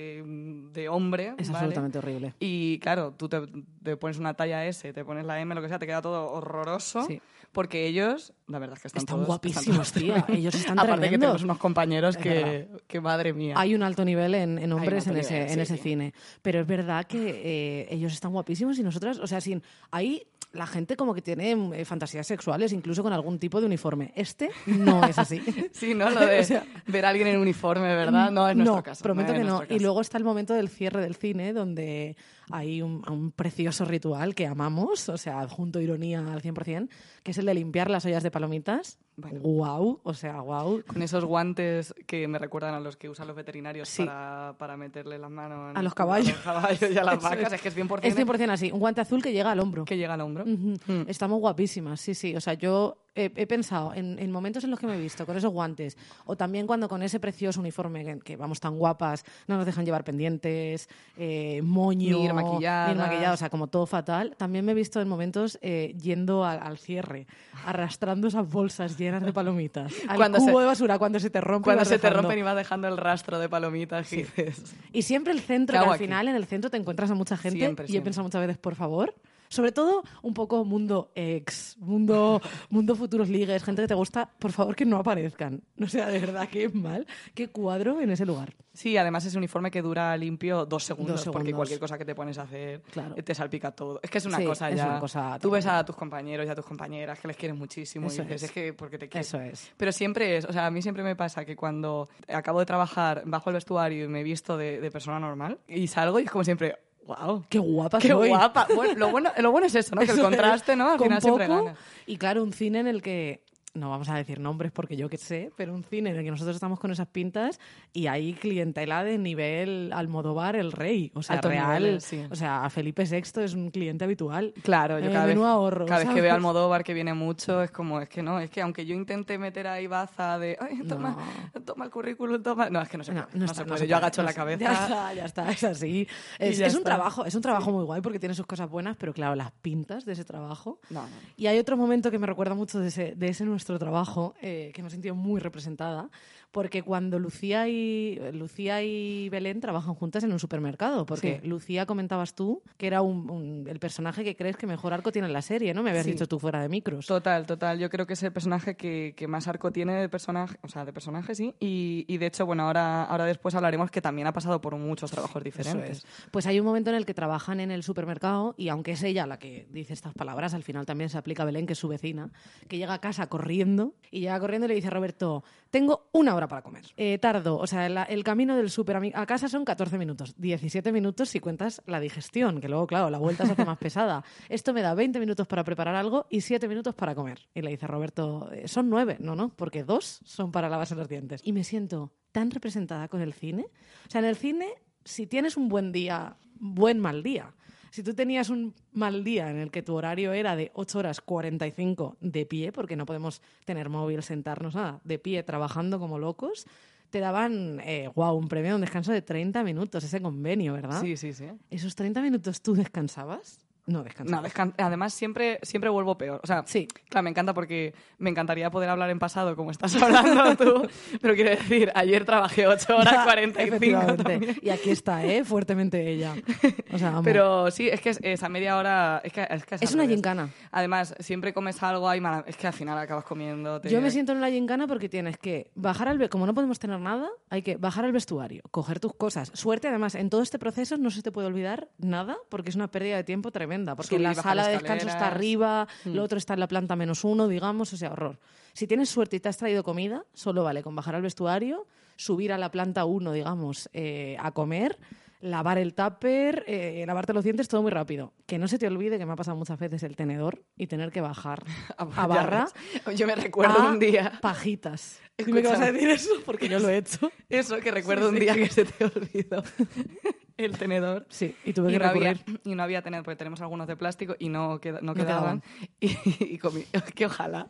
de hombre. Es ¿vale? absolutamente horrible. Y claro, tú te pones una talla S, te pones la M, lo que sea, te queda todo horroroso. Sí. Porque ellos, la verdad es que están todos guapísimos, tía. Ellos están Aparte tremendos. que tenemos unos compañeros que madre mía. Hay un alto nivel en hombres en ese cine. Pero es verdad que ellos están guapísimos y nosotras, o sea, ahí la gente como que tiene fantasías sexuales, incluso con algún tipo de uniforme. Este no es así. Sí, ¿no? Lo de ver a alguien en uniforme, ¿verdad? No es nuestro caso. Prometo que no. Y luego está el momento del cierre del cine, donde hay un precioso ritual que amamos, o sea, adjunto ironía al 100%, que es el de limpiar las ollas de palomitas Bueno. Guau, o sea, guau. Con esos guantes que me recuerdan a los que usan los veterinarios para meterle las manos A los caballos. A los caballos y a las Eso vacas. es. Es que es 100%, Es 100% así. Un guante azul que llega al hombro. que llega al hombro. Estamos guapísimas, sí. O sea, yo he pensado en momentos en los que me he visto con esos guantes, o también cuando con ese precioso uniforme que vamos tan guapas, no nos dejan llevar pendientes, moño, Ni ir maquilladas. o sea, como todo fatal. También me he visto en momentos yendo al cierre, arrastrando esas bolsas llenas de palomitas, al cubo de basura cuando se te rompe. Cuando se te rompen y vas dejando el rastro de palomitas. Sí. Y dices... Y siempre el centro, que al final en el centro te encuentras a mucha gente. Siempre. He pensado muchas veces, por favor, sobre todo un poco mundo ex, mundo futuros ligues, gente que te gusta, por favor que no aparezcan. No sea, de verdad, qué mal, qué cuadro en ese lugar. Sí, además es un uniforme que dura limpio 2 segundos, 2 segundos. porque cualquier cosa que te pones a hacer te salpica todo. Es que es una Sí, cosa es ya. una cosa Tú ves a tus compañeros y a tus compañeras que les quieres muchísimo Eso y dices, es. es que porque te quieres. Eso es. Pero siempre es, o sea, a mí siempre me pasa que cuando acabo de trabajar, bajo el vestuario y me visto de persona normal y salgo y es como siempre... ¡Wow! ¡Qué guapa ¡Qué soy! guapa! Bueno, lo bueno es eso, ¿no? Que el Eso contraste, es, ¿no? Al con final siempre poco. gana. Y claro, un cine en el que... No vamos a decir nombres porque yo qué sé, pero un cine en el que nosotros estamos con esas pintas y hay clientela de nivel Almodóvar, el rey. O sea, Altos real. niveles, sí. O sea, Felipe VI es un cliente habitual. Claro, yo cada vez ¿sabes? que veo a Almodóvar que viene mucho, es como, es que aunque yo intente meter ahí baza de, ay, toma el currículum, toma... No, es que no se puede. Yo agacho la cabeza. Ya está, es así. Es un trabajo muy guay porque tiene sus cosas buenas, pero claro, las pintas de ese trabajo. No. Y hay otro momento que me recuerda mucho de ese nuestro trabajo, que me he sentido muy representada, porque cuando Lucía y Belén trabajan juntas en un supermercado, porque Sí. Lucía, comentabas tú, que era el personaje que crees que mejor arco tiene en la serie, ¿no? Me habías dicho tú fuera de micros. Total. Yo creo que es el personaje que más arco tiene de personaje, sí. Y de hecho, bueno, ahora después hablaremos que también ha pasado por muchos trabajos diferentes. Eso es. Pues hay un momento en el que trabajan en el supermercado y aunque es ella la que dice estas palabras, al final también se aplica a Belén, que es su vecina, que llega a casa corriendo y le dice a Roberto, tengo 1 hora para comer. Tardo, o sea, el camino del súper a casa son 14 minutos, 17 minutos si cuentas la digestión, que luego, claro, la vuelta se hace más pesada. Esto me da 20 minutos para preparar algo y 7 minutos para comer. Y le dice a Roberto, son 9, no, porque 2 son para lavarse los dientes. Y me siento tan representada con el cine. O sea, en el cine, si tienes un buen día, mal día. Si tú tenías un mal día en el que tu horario era de 8 horas 45 de pie, porque no podemos tener móvil, sentarnos, nada, de pie, trabajando como locos, te daban, un premio, un descanso de 30 minutos, ese convenio, ¿verdad? Sí. ¿Esos 30 minutos tú descansabas? No descansaba. No, además siempre vuelvo peor. O sea, sí. Claro, me encanta porque me encantaría poder hablar en pasado como estás hablando tú, pero quiero decir, ayer trabajé 8 horas 45 también. Y aquí está, fuertemente ella. O sea, amo. Pero sí, es que esa media hora... Es una gincana. Además, siempre comes algo ahí, es que al final acabas comiendo... Yo me siento en una gincana porque tienes que bajar como no podemos tener nada, hay que bajar al vestuario, coger tus cosas. Suerte, además, en todo este proceso no se te puede olvidar nada porque es una pérdida de tiempo tremenda. Porque la sala de descanso está arriba, lo otro está en la planta -1, digamos, o sea, horror. Si tienes suerte y te has traído comida, solo vale con bajar al vestuario, subir a la planta 1, digamos, a comer, lavar el tupper, lavarte los dientes, todo muy rápido. Que no se te olvide que me ha pasado muchas veces el tenedor y tener que bajar a barra. Yo me recuerdo un día... pajitas. Dime que vas a decir eso, porque yo lo he hecho. Eso, que recuerdo un día que se te olvidó el tenedor. Sí, y tuve que recurrir. Y no había tenedor, porque tenemos algunos de plástico y no quedaban. Y comí, que ojalá,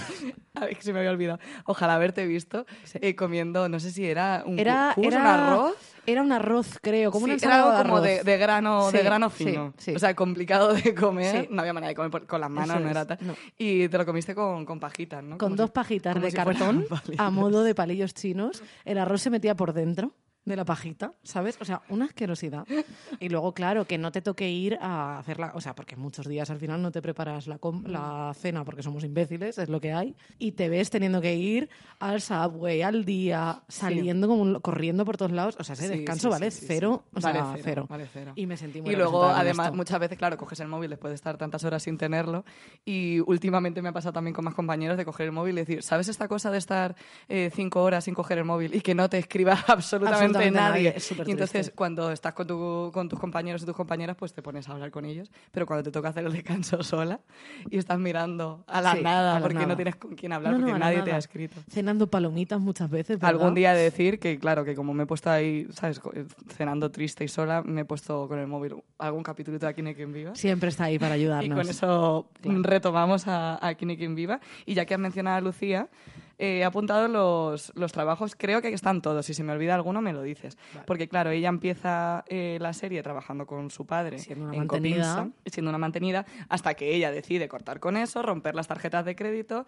a ver, que se me había olvidado, ojalá haberte visto comiendo, no sé si era un arroz. Era un arroz, creo, como una era ensalada algo como de arroz. de grano fino. Sí. O sea, complicado de comer. Sí. No había manera de comer con las manos, Eso no era es, tal. no. Y te lo comiste con pajitas, ¿no? Con 2 pajitas de cartón a modo de palillos chinos. El arroz se metía por dentro de la pajita, ¿sabes? O sea, una asquerosidad. Y luego, claro, que no te toque ir a hacerla, o sea, porque muchos días al final no te preparas la cena porque somos imbéciles, es lo que hay, y te ves teniendo que ir al Subway, al día, saliendo como corriendo por todos lados. O sea, ese descanso vale cero. O sea, vale cero. Vale cero. Y me sentí muy Y luego, representada con además, esto. muchas veces, claro, coges el móvil después de estar tantas horas sin tenerlo. Y últimamente me ha pasado también con más compañeros de coger el móvil y decir, ¿sabes esta cosa de estar 5 horas sin coger el móvil y que no te escriba absolutamente absolutamente nadie. Es Y súper entonces, triste. cuando estás con tus compañeros y tus compañeras, pues te pones a hablar con ellos. Pero cuando te toca hacer el descanso sola y estás mirando a la Sí, nada a la porque nada. no tienes con quién hablar, No, no, porque a la nadie nada. te ha escrito. Cenando palomitas muchas veces, ¿verdad? Algún día he de decir que, claro, que como me he puesto ahí, ¿sabes? Cenando triste y sola, me he puesto con el móvil algún capítulo de Aquí no hay quien viva. Siempre está ahí para ayudarnos. Y con eso Claro. retomamos a Aquí no hay quien viva. Y ya que has mencionado a Lucía, he apuntado los trabajos, creo que están todos. Si se me olvida alguno, me lo dices. Vale. Porque, claro, ella empieza la serie trabajando con su padre Siendo una en mantenida. Copinsa, siendo una mantenida, hasta que ella decide cortar con eso, romper las tarjetas de crédito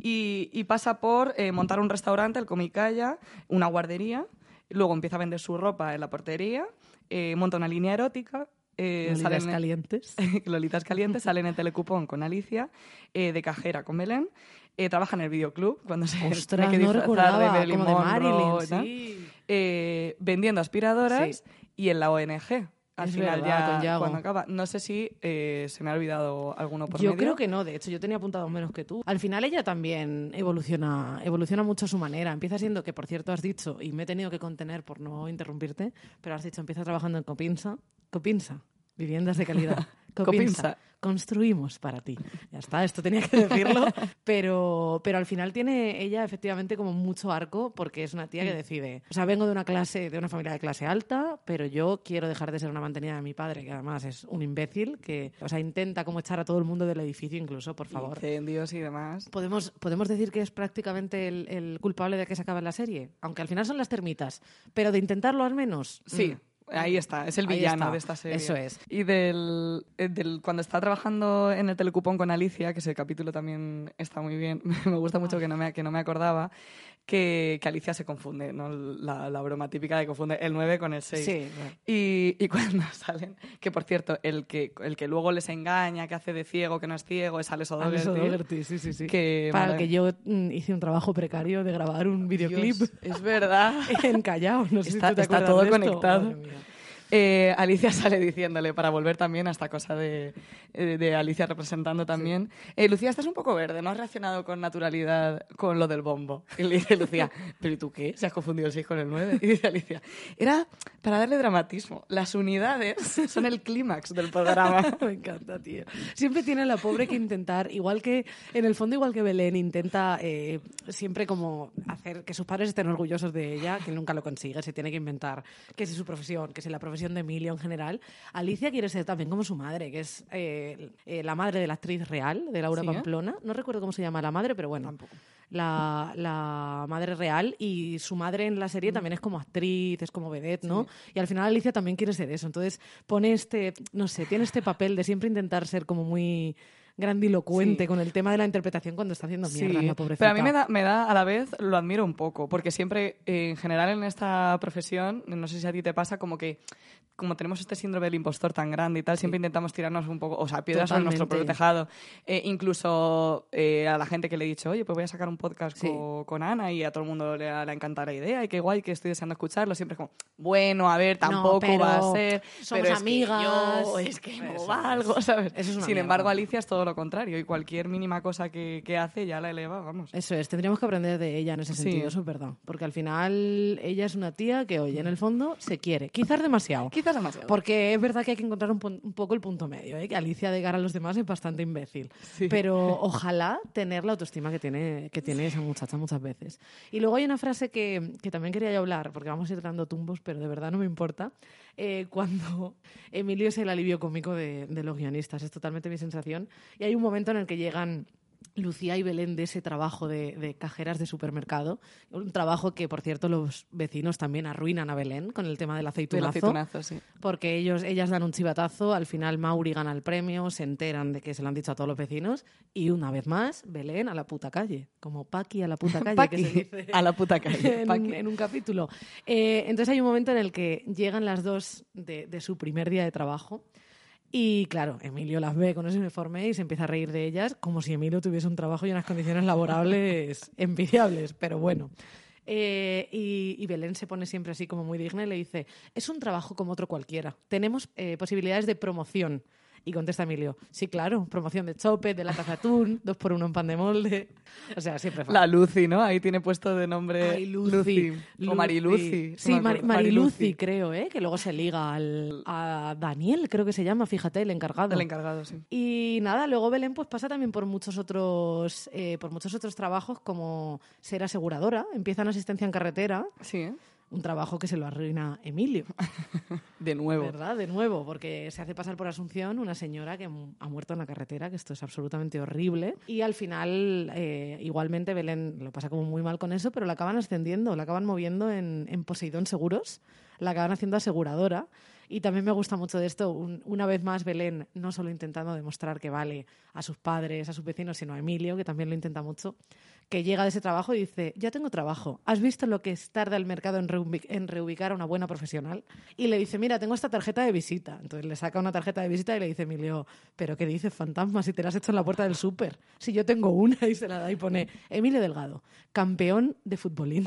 y pasa por montar un restaurante, el Comicaya, una guardería. Luego empieza a vender su ropa en la portería, monta una línea erótica. Lolitas calientes. Lolitas Calientes, salen en Telecupón con Alicia, de cajera con Belén, trabaja en el videoclub cuando se Ostras, tiene que no disfrazar recordaba, de Marilyn como de Monroe, Marilyn, ¿no? sí. Vendiendo aspiradoras Sí. y en la ONG. Al Es final verdad, con ya Yago. cuando acaba. No sé si se me ha olvidado alguno por Yo medio. creo que no, de hecho, yo tenía apuntado menos que tú. Al final ella también evoluciona mucho a su manera. Empieza siendo, que por cierto has dicho, y me he tenido que contener por no interrumpirte, pero has dicho, empieza trabajando en Copinsa, viviendas de calidad. Copinsa. Construimos para ti. Ya está, esto tenía que decirlo. Pero al final tiene ella efectivamente como mucho arco porque es una tía que decide. O sea, vengo de una familia de clase alta, pero yo quiero dejar de ser una mantenida de mi padre, que además es un imbécil, que, o sea, intenta como echar a todo el mundo del edificio incluso, por favor. Incendios y demás. ¿Podemos decir que es prácticamente el culpable de que se acabe la serie? Aunque al final son las termitas. Pero de intentarlo al menos. Sí. Ahí está, es el Ahí villano está. de esta serie. Eso es. Y cuando está trabajando en el Telecupón con Alicia, que ese capítulo también está muy bien, me gusta mucho que no me acordaba, que Alicia se confunde, ¿no? La broma típica de confunde el 9 con el 6. Sí, bueno. Y cuando salen, que por cierto, el que luego les engaña, que hace de ciego, que no es ciego, es Alex Alex O'Doherty. O'Doherty, sí. Que, Para el madre- que yo hice un trabajo precario de grabar un videoclip Dios, es verdad. en Callao. No sé Está- si tú te está acuerdas todo de esto. conectado. Madre mía. Alicia sale diciéndole, para volver también a esta cosa de Alicia representando también, Lucía, estás un poco verde, no has reaccionado con naturalidad con lo del bombo. Y le dice Lucía, ¿pero y tú qué? ¿Se has confundido el 6 con el 9? Y dice Alicia, era para darle dramatismo. Las unidades son el clímax del programa. Me encanta, tío. Siempre tiene la pobre que intentar, igual que, en el fondo, igual que Belén, intenta siempre como hacer que sus padres estén orgullosos de ella, que nunca lo consigue, se tiene que inventar que si su profesión, que si la profesión de Emilio en general. Alicia quiere ser también como su madre, que es la madre de la actriz real, de Laura ¿Sí? Pamplona. No recuerdo cómo se llama la madre, pero bueno. La madre real, y su madre en la serie también es como actriz, es como vedette, ¿no? Y al final Alicia también quiere ser eso. Entonces pone tiene este papel de siempre intentar ser como muy grandilocuente Sí. con el tema de la interpretación cuando está haciendo mierda, la pobrecita. pero a mí me da, a la vez, lo admiro un poco, porque siempre, en general, en esta profesión, no sé si a ti te pasa, como que como tenemos este síndrome del impostor tan grande y tal, siempre intentamos tirarnos un poco, o sea, piedras sobre nuestro propio Totalmente. tejado. Incluso a la gente que le he dicho, oye, pues voy a sacar un podcast Sí. con Ana, y a todo el mundo le ha encantado la idea, y qué guay, que estoy deseando escucharlo. Siempre es como, bueno, a ver, tampoco pero va a ser, somos pero amigas. es que no Eso valgo, ¿sabes? Eso es una Sin mierda. embargo, Alicia es todo lo contrario, y cualquier mínima cosa que hace ya la eleva, vamos. Eso es, tendríamos que aprender de ella en ese Sí. sentido, eso es verdad. Porque al final ella es una tía que, oye, en el fondo se quiere. Quizás demasiado. Quizás demasiado. Porque es verdad que hay que encontrar un poco el punto medio, ¿eh? Que Alicia de cara a los demás es bastante imbécil. Sí. Pero ojalá tener la autoestima que tiene esa muchacha muchas veces. Y luego hay una frase que también quería yo hablar, porque vamos a ir dando tumbos, pero de verdad no me importa. Cuando Emilio es el alivio cómico de los guionistas, es totalmente mi sensación. Y hay un momento en el que llegan Lucía y Belén de ese trabajo de cajeras de supermercado, un trabajo que, por cierto, los vecinos también arruinan a Belén con el tema del Del aceitunazo, aceitunazo, sí. porque ellas dan un chivatazo, al final Mauri gana el premio, se enteran de que se lo han dicho a todos los vecinos, y una vez más, Belén a la puta calle, como Paqui a la puta calle, Paqui, que se dice a la puta calle. Paqui. en un capítulo. Entonces hay un momento en el que llegan las dos de su primer día de trabajo. Y claro, Emilio las ve con ese uniforme y se empieza a reír de ellas como si Emilio tuviese un trabajo y unas condiciones laborables envidiables, pero bueno. Y Belén se pone siempre así como muy digna y le dice, es un trabajo como otro cualquiera. Tenemos posibilidades de promoción Y contesta Emilio, sí, claro, promoción de chope, de latas de atún, 2x1 en pan de molde. O sea, siempre fan. La Lucy, ¿no? Ahí tiene puesto de nombre Ay, Lucy. O Marilucy. Sí, no me acuerdo. Marilucy, creo, ¿eh? Que luego se liga a Daniel, creo que se llama, fíjate, el encargado. El encargado, sí. Y nada, luego Belén pues pasa también por muchos otros trabajos, como ser aseguradora. Empieza en asistencia en carretera. Sí, ¿eh? Un trabajo que se lo arruina Emilio. De nuevo. ¿Verdad? De nuevo, porque se hace pasar por Asunción una señora que ha muerto en la carretera, que esto es absolutamente horrible. Y al final, igualmente, Belén lo pasa como muy mal con eso, pero la acaban ascendiendo, la acaban moviendo en Poseidón Seguros, la acaban haciendo aseguradora. Y también me gusta mucho de esto, una vez más Belén no solo intentando demostrar que vale a sus padres, a sus vecinos, sino a Emilio, que también lo intenta mucho, que llega de ese trabajo y dice, ya tengo trabajo, ¿has visto lo que tarda el mercado en reubicar a una buena profesional? Y le dice, mira, tengo esta tarjeta de visita. Entonces le saca una tarjeta de visita y le dice Emilio, ¿pero qué dices, fantasma, si te la has hecho en la puerta del súper? Si yo tengo una, y se la da y pone, Emilio Delgado, campeón de futbolín.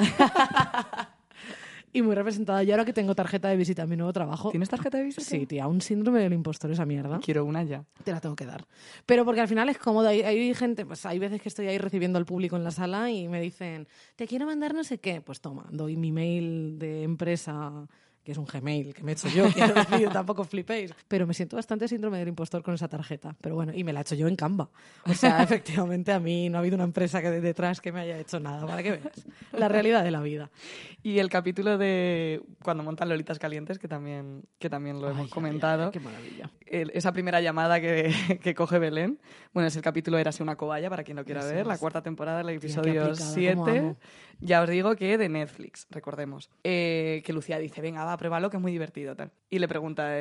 Y muy representada. Y ahora que tengo tarjeta de visita en mi nuevo trabajo... ¿Tienes tarjeta de visita? Sí, tía, un síndrome del impostor esa mierda. Quiero una ya. Te la tengo que dar. Pero porque al final es cómodo. Hay gente, pues hay veces que estoy ahí recibiendo al público en la sala y me dicen, te quiero mandar no sé qué. Pues toma, doy mi mail de empresa, que es un Gmail que me he hecho yo, quiero decir, tampoco flipéis. Pero me siento bastante síndrome del impostor con esa tarjeta. Pero bueno, y me la he hecho yo en Canva. O sea, efectivamente, a mí no ha habido una empresa que detrás que me haya hecho nada, para que veas. La realidad de la vida. Y el capítulo de cuando montan Lolitas Calientes, que también lo hemos comentado. Qué maravilla. Esa primera llamada que coge Belén. Bueno, es el capítulo Érase una cobaya, para quien lo quiera ver. La 4ª temporada, el episodio 7. Ya os digo que de Netflix, recordemos. Que Lucía dice, venga, va, pruébalo, que es muy divertido. Tal. Y le pregunta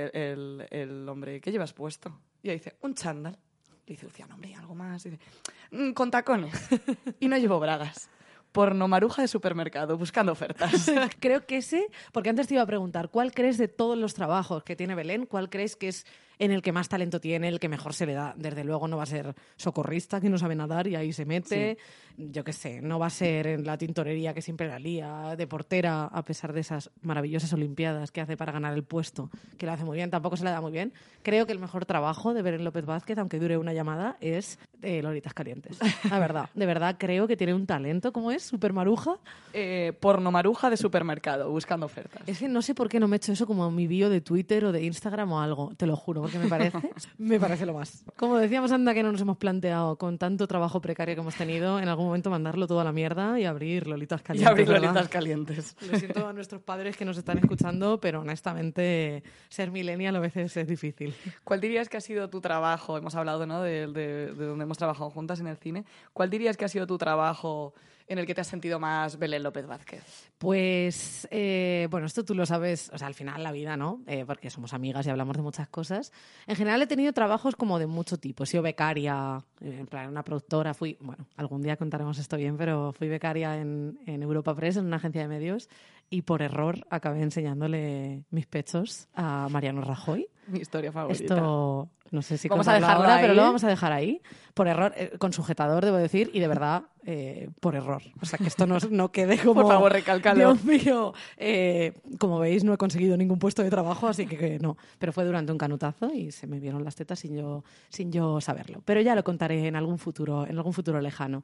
el hombre, ¿qué llevas puesto? Y ella dice, un chándal. Le dice Lucía, no, hombre, algo más. Y dice, con tacones. Y no llevo bragas. Porno maruja de supermercado, buscando ofertas. Creo que porque antes te iba a preguntar, ¿cuál crees de todos los trabajos que tiene Belén? ¿Cuál crees que es en el que más talento tiene, el que mejor se le da? Desde luego no va a ser socorrista, que no sabe nadar y ahí se mete. Sí. Yo qué sé, no va a ser en la tintorería, que siempre la lía, de portera, a pesar de esas maravillosas olimpiadas que hace para ganar el puesto, que lo hace muy bien, tampoco se le da muy bien. Creo que el mejor trabajo de Belén López Vázquez, aunque dure una llamada, es Lolitas Calientes. La verdad, de verdad creo que tiene un talento. ¿Cómo es? ¿Super maruja? Porno maruja de supermercado, buscando ofertas. Es que no sé por qué no me he hecho eso como mi bio de Twitter o de Instagram o algo, te lo juro, porque me parece lo más. Como decíamos, anda que no nos hemos planteado con tanto trabajo precario que hemos tenido, en algún momento mandarlo todo a la mierda y abrir Lolitas Calientes. Y abrir Lolitas Calientes. Lo siento a nuestros padres que nos están escuchando, pero honestamente ser millennial a veces es difícil. ¿Cuál dirías que ha sido tu trabajo? Hemos hablado, ¿no?, de donde hemos trabajado juntas en el cine. ¿Cuál dirías que ha sido tu trabajo en el que te has sentido más Belén López Vázquez? Pues, bueno, esto tú lo sabes, o sea, al final la vida, ¿no? Porque somos amigas y hablamos de muchas cosas. En general he tenido trabajos como de mucho tipo. He sido becaria, en plan, una productora. Bueno, algún día contaremos esto bien, pero fui becaria en Europa Press, en una agencia de medios, y por error acabé enseñándole mis pechos a Mariano Rajoy. Mi historia favorita. Esto no sé si vamos a dejarlo ahora, ahí, pero lo vamos a dejar ahí. Por error, con sujetador, debo decir, y de verdad, por error. O sea, que esto no quede como... Por favor, recálcalo. Dios mío. Como veis, no he conseguido ningún puesto de trabajo, así que no. Pero fue durante un canutazo y se me vieron las tetas sin yo saberlo. Pero ya lo contaré en algún futuro lejano.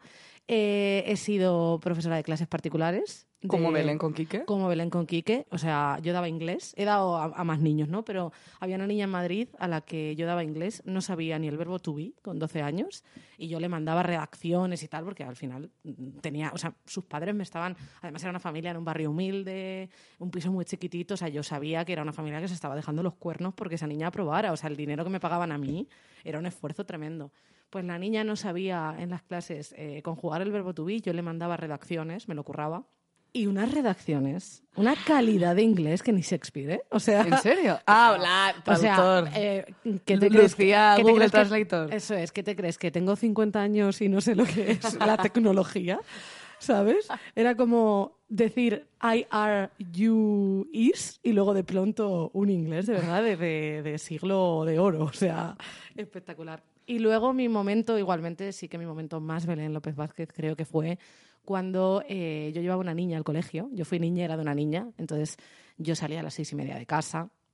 He sido profesora de clases particulares. ¿Como Belén con Quique? Como Belén con Quique. O sea, yo daba inglés. He dado a más niños, ¿no? Pero había una niña en Madrid a la que yo daba inglés. No sabía ni el verbo to be, con 12 años. Y yo le mandaba redacciones y tal, porque al final tenía... O sea, sus padres me estaban... Además, era una familia en un barrio humilde, un piso muy chiquitito. O sea, yo sabía que era una familia que se estaba dejando los cuernos porque esa niña aprobara. O sea, el dinero que me pagaban a mí era un esfuerzo tremendo. Pues la niña no sabía en las clases conjugar el verbo to be. Yo le mandaba redacciones, me lo curraba. Y unas redacciones, una calidad de inglés que ni Shakespeare, ¿eh? O sea, ¿en serio? Ah, traductor. O sea, ¿qué te Lucía, crees? Google Translator. Eso es, ¿qué te crees? ¿Que tengo 50 años y no sé lo que es la tecnología? ¿Sabes? Era como decir I, are, you, is y luego de pronto un inglés, de verdad, de siglo de oro. O sea, espectacular. Y luego mi momento, igualmente, sí que mi momento más Belén López Vázquez creo que fue cuando yo llevaba una niña al colegio. Yo fui niñera de una niña, entonces yo salía a las 6:30 de casa,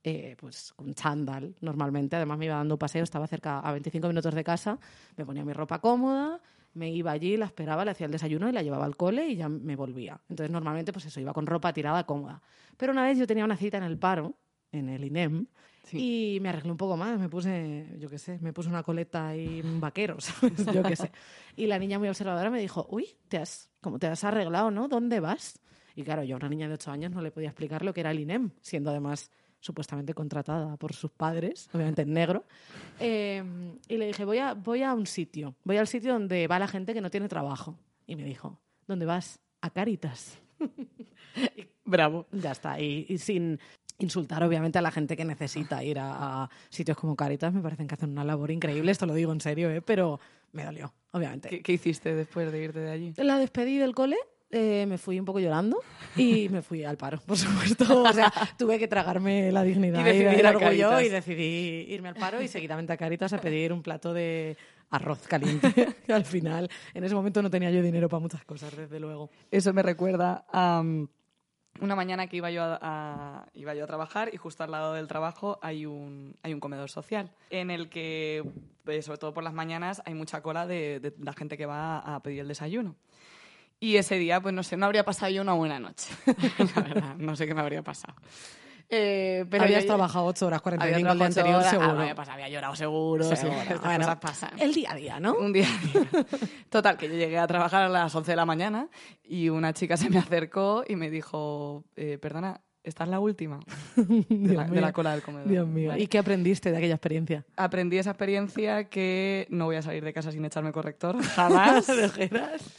pues con chándal normalmente. Además me iba dando un paseo, estaba cerca a 25 minutos de casa, me ponía mi ropa cómoda, me iba allí, la esperaba, le hacía el desayuno y la llevaba al cole y ya me volvía. Entonces normalmente pues eso, iba con ropa tirada cómoda. Pero una vez yo tenía una cita en el paro, en el INEM, y me arreglé un poco más, me puse una coleta y un vaquero, ¿sabes? Yo qué sé. Y la niña muy observadora me dijo, uy, ¿cómo te has arreglado, no? ¿Dónde vas? Y claro, yo a una niña de 8 años no le podía explicar lo que era el INEM, siendo además supuestamente contratada por sus padres, obviamente en negro. Y le dije, voy a un sitio, voy al sitio donde va la gente que no tiene trabajo. Y me dijo, ¿dónde vas? A Cáritas. Bravo. Ya está. Y sin insultar, obviamente, a la gente que necesita ir a sitios como Cáritas. Me parecen que hacen una labor increíble, esto lo digo en serio, pero me dolió, obviamente. ¿Qué hiciste después de irte de allí? La despedí del cole. Me fui un poco llorando y me fui al paro, por supuesto. O sea, tuve que tragarme la dignidad y el orgullo y decidí irme al paro y seguidamente a Cáritas a pedir un plato de arroz caliente. Al final, en ese momento no tenía yo dinero para muchas cosas, desde luego. Eso me recuerda a una mañana que iba yo a trabajar y justo al lado del trabajo hay un comedor social en el que, sobre todo por las mañanas, hay mucha cola de la gente que va a pedir el desayuno. Y ese día, pues no sé, no habría pasado yo una buena noche. La verdad, no sé qué me habría pasado. Pero habías trabajado 8 horas, 45 el día anterior, seguro. Había llorado seguro. Estas cosas pasan. El día a día, ¿no? Un día a día. Total, que yo llegué a trabajar a las 11 de la mañana y una chica se me acercó y me dijo, perdona, ¿esta es la última? de la cola del comedor. Dios mío. ¿Vale? ¿Y qué aprendiste de aquella experiencia? Aprendí esa experiencia que no voy a salir de casa sin echarme corrector. Jamás. ¿De veras?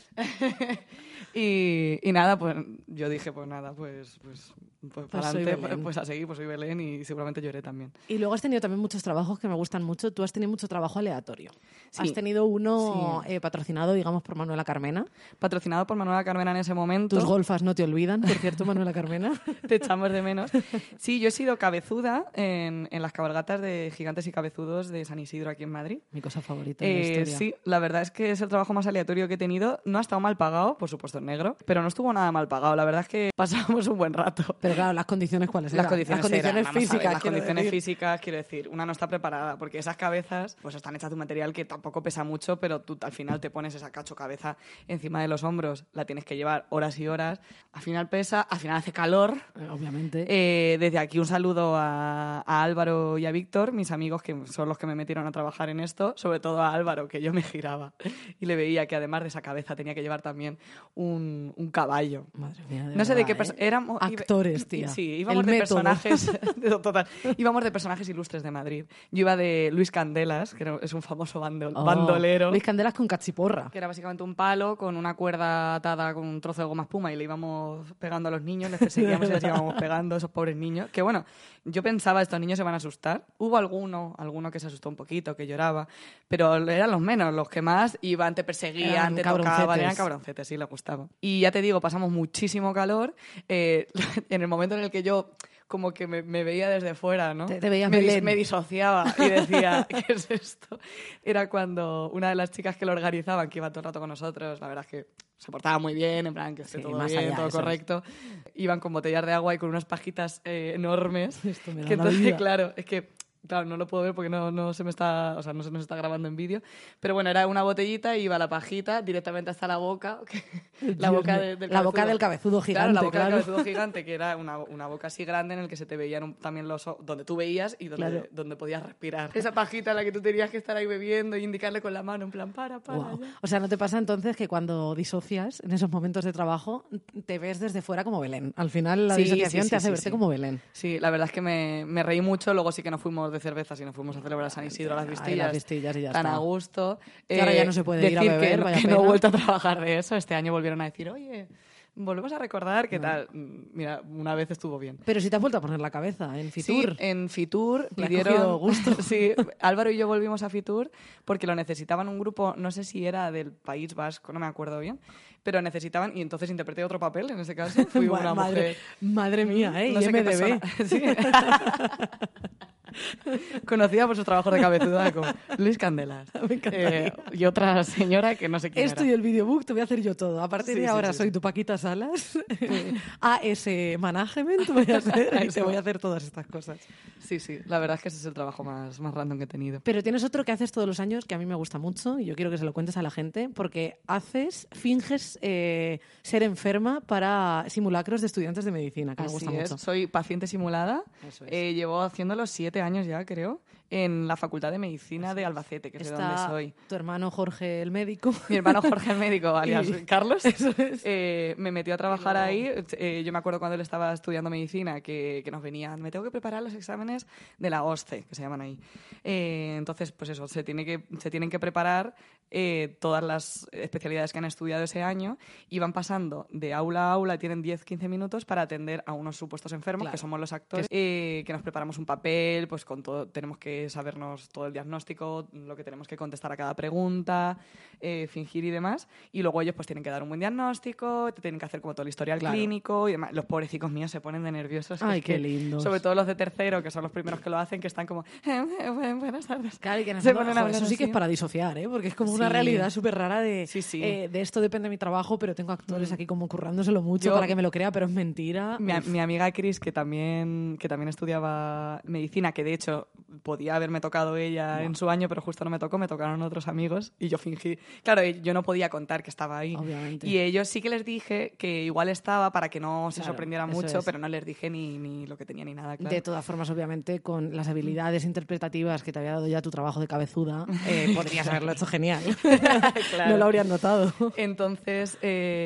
Y nada, pues yo dije, pues nada, pues para adelante, pues a seguir, pues soy Belén y seguramente lloré también. Y luego has tenido también muchos trabajos que me gustan mucho. Tú has tenido mucho trabajo aleatorio. Sí. Has tenido uno patrocinado, digamos, por Manuela Carmena. Patrocinado por Manuela Carmena en ese momento. Tus golfas no te olvidan, por cierto, Manuela Carmena. Te echamos de menos. Sí, yo he sido cabezuda en las cabalgatas de gigantes y cabezudos de San Isidro aquí en Madrid. Mi cosa favorita de la historia. Sí, la verdad es que es el trabajo más aleatorio que he tenido. No ha estado mal pagado, por supuesto en negro, pero no estuvo nada mal pagado. La verdad es que pasamos un buen rato. Pero claro, ¿las condiciones cuáles eran? Las condiciones físicas. Las condiciones decir. físicas, quiero decir, una no está preparada, porque esas cabezas pues están hechas de un material que tampoco pesa mucho, pero tú al final te pones esa cacho cabeza encima de los hombros, la tienes que llevar horas y horas, al final pesa, al final hace calor. Obviamente. Desde aquí un saludo a Álvaro y a Víctor, mis amigos que son los que me metieron a trabajar en esto, sobre todo a Álvaro, que yo me giraba y le veía que además de esa cabeza tenía que llevar también un caballo. Madre mía, no sé de qué éramos actores, tía. Sí, íbamos de personajes total. Íbamos de personajes ilustres de Madrid. Yo iba de Luis Candelas, que es un famoso bandolero. Luis Candelas con cachiporra. Que era básicamente un palo con una cuerda atada con un trozo de goma espuma y le íbamos pegando a los niños, les perseguíamos y les íbamos pegando a esos pobres niños. Que bueno, yo pensaba, estos niños se van a asustar. Hubo alguno que se asustó un poquito, que lloraba, pero eran los menos, los que más iban, te perseguían, te tocaban, eran cabroncetes, sí, les gustaba. Y ya te digo, pasamos muchísimo calor. En el momento en el que yo como que me veía desde fuera, ¿no? Te veías me disociaba y decía, ¿qué es esto? Era cuando una de las chicas que lo organizaban, que iba todo el rato con nosotros, la verdad es que se portaba muy bien, en plan que esté todo bien, todo correcto. Iban con botellas de agua y con unas pajitas enormes. Esto me da que entonces, la vida. claro, es que claro, no lo puedo ver porque no se me está, o sea, no se nos está grabando en vídeo. Pero bueno, era una botellita y iba la pajita directamente hasta la boca. La boca del cabezudo gigante. Claro, la boca del cabezudo gigante, que era una boca así grande en el que se te veían también los ojos, donde tú veías y donde podías respirar. Esa pajita en la que tú tenías que estar ahí bebiendo y indicarle con la mano, en plan, para. Wow. Ya. O sea, ¿no te pasa entonces que cuando disocias en esos momentos de trabajo te ves desde fuera como Belén? Al final la disociación te hace verte como Belén. Sí, la verdad es que me reí mucho. Luego sí que no fuimos de cerveza, sino fuimos a celebrar San Isidro a las Vistillas y ya tan está. a gusto. Que ahora ya no se puede ir a beber, que no he vuelto a trabajar de eso. Este año volvieron a decir, oye, volvemos a recordar qué tal. Mira, una vez estuvo bien. Pero si te has vuelto a poner la cabeza en Fitur. Sí, en Fitur Le pidieron... has cogido gusto. Sí, Álvaro y yo volvimos a Fitur porque lo necesitaban un grupo, no sé si era del País Vasco, no me acuerdo bien, pero necesitaban, y entonces interpreté otro papel, en ese caso. Fui una mujer... Madre mía, ¿eh? No sé qué persona. Sí. Conocida por sus trabajos de cabezuda como Luis Candelas. Me encantaría. Y otra señora que no sé quién Esto era. y el videobook te voy a hacer yo todo. A partir Sí, de sí, ahora sí, soy sí. tu Paquita Salas, AS Management voy a hacer y te voy a hacer todas estas cosas. Sí, sí. La verdad es que ese es el trabajo más random que he tenido. Pero tienes otro que haces todos los años que a mí me gusta mucho y yo quiero que se lo cuentes a la gente porque finges ser enferma para simulacros de estudiantes de medicina, que me Así gusta es. mucho. Soy paciente simulada. Eso es. Llevo haciéndolo 7 años ya, creo, en la Facultad de Medicina de Albacete, que es de donde Está soy. tu hermano Jorge, el médico. Mi hermano Jorge, el médico, alias Y- Carlos, Eso es. me metió a trabajar ahí. Yo me acuerdo cuando él estaba estudiando medicina que nos venían, me tengo que preparar los exámenes de la OSCE, que se llaman ahí. Entonces, pues eso, se tienen que preparar todas las especialidades que han estudiado ese año y van pasando de aula a aula, tienen 10-15 minutos para atender a unos supuestos enfermos, Claro. que somos los actores, que nos preparamos un papel, pues con todo, tenemos que sabernos todo el diagnóstico, lo que tenemos que contestar a cada pregunta, fingir y demás, y luego ellos pues tienen que dar un buen diagnóstico, te tienen que hacer como todo el historial Claro. clínico y demás. Los pobrecicos míos se ponen de nerviosos. que Ay, es qué que, lindos. sobre todo los de tercero, que son los primeros que lo hacen, que están como, buenas tardes. Claro, y que en el Se fondo, ponen a joder, hablar eso sí que es así. para disociar, ¿eh? Porque es como una Sí. realidad súper rara de, Sí, sí. de esto depende de mi trabajo, pero tengo actores aquí como currándoselo mucho Yo- para que me lo crea, pero es mentira. Mi amiga Cris, que también estudiaba medicina, que de hecho podía haberme tocado ella en su año, pero justo no me tocó, me tocaron otros amigos y yo fingí. Claro, yo no podía contar que estaba ahí. Obviamente. Y ellos sí que les dije que igual estaba para que no se Claro, sorprendieran eso mucho, es. pero no les dije ni lo que tenía ni nada, claro. De todas formas, obviamente, con las habilidades interpretativas que te había dado ya tu trabajo de cabezuda, podrías haberlo hecho genial. Claro. No lo habrían notado. Entonces,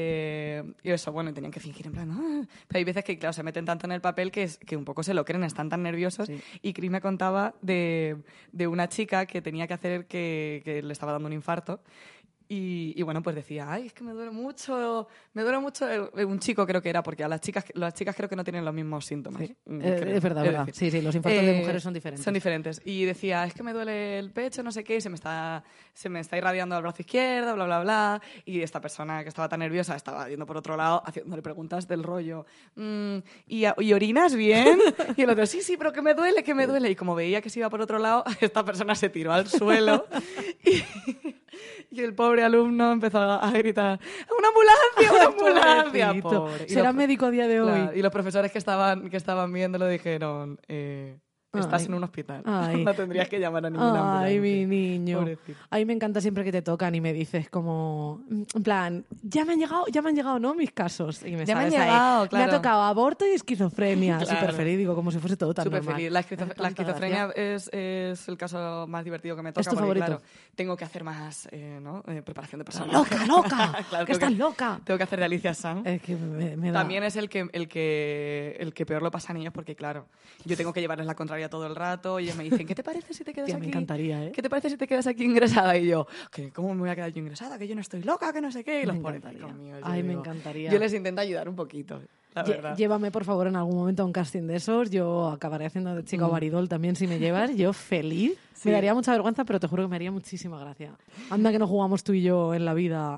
y eso, bueno, tenían que fingir en plan, "Ah". Pero hay veces que, claro, se meten tanto en el papel que un poco se lo creen, están tan nerviosos. Sí. Y Cris me contaba de una chica que tenía que hacer que le estaba dando un infarto. Y bueno, pues decía, ay, es que me duele mucho. Un chico creo que era, porque a las chicas creo que no tienen los mismos síntomas. Sí. Creo. Es verdad, Es verdad. decir, Sí, sí, los infartos de mujeres son diferentes. Son diferentes. Y decía, es que me duele el pecho, no sé qué, y se me está irradiando al brazo izquierdo, bla, bla, bla. Y esta persona que estaba tan nerviosa estaba yendo por otro lado, haciéndole preguntas del rollo, ¿y orinas bien? Y el otro, sí, pero que me duele, que me duele. Y como veía que se iba por otro lado, esta persona se tiró al suelo y el pobre alumno empezó a gritar, ¡una ambulancia, una ambulancia! Pobrecito. Pobre. Y Será los- médico a día de hoy. Claro, y los profesores que estaban viéndolo dijeron, estás Ay. en un hospital, Ay. no tendrías que llamar a ninguna Ay, ambulancia. mi niño. Pobrecito. A mí me encanta siempre que te tocan y me dices como, en plan, ya me han llegado, ¿no? Mis casos. Y me Ya me han sales ahí, llegado, Me ha claro. tocado aborto y esquizofrenia. Claro. Súper feliz, digo, como si fuese todo tan Súper normal. feliz. Me da La tanta esquizofrenia gracia. es el caso más divertido que me toca. ¿Es tu porque, favorito? Claro, tengo que hacer más ¿no? Preparación de personas. ¡Loca, loca! Claro, ¡Que tengo estás loca! Tengo que hacer de Alicia Sanz. Es que me da... También es el que peor lo pasan ellos porque, claro, yo tengo que llevarles la contraria todo el rato y ellos me dicen, ¿qué te parece si te quedas Tía, aquí? me encantaría, ¿eh? ¿Qué te parece si te quedas aquí ingresada? Y yo, ¿cómo me voy a quedar yo ingresada? Que yo no estoy loca, que no sé qué. Y los Me pobres encantaría. míos, yo Ay, me digo, encantaría. Yo les intento ayudar un poquito, la verdad. Llévame, por favor, en algún momento a un casting de esos. Yo acabaré haciendo de chica Baridol también si me llevas. Yo feliz. Sí. Me daría mucha vergüenza, pero te juro que me haría muchísima gracia. Anda que no jugamos tú y yo en la vida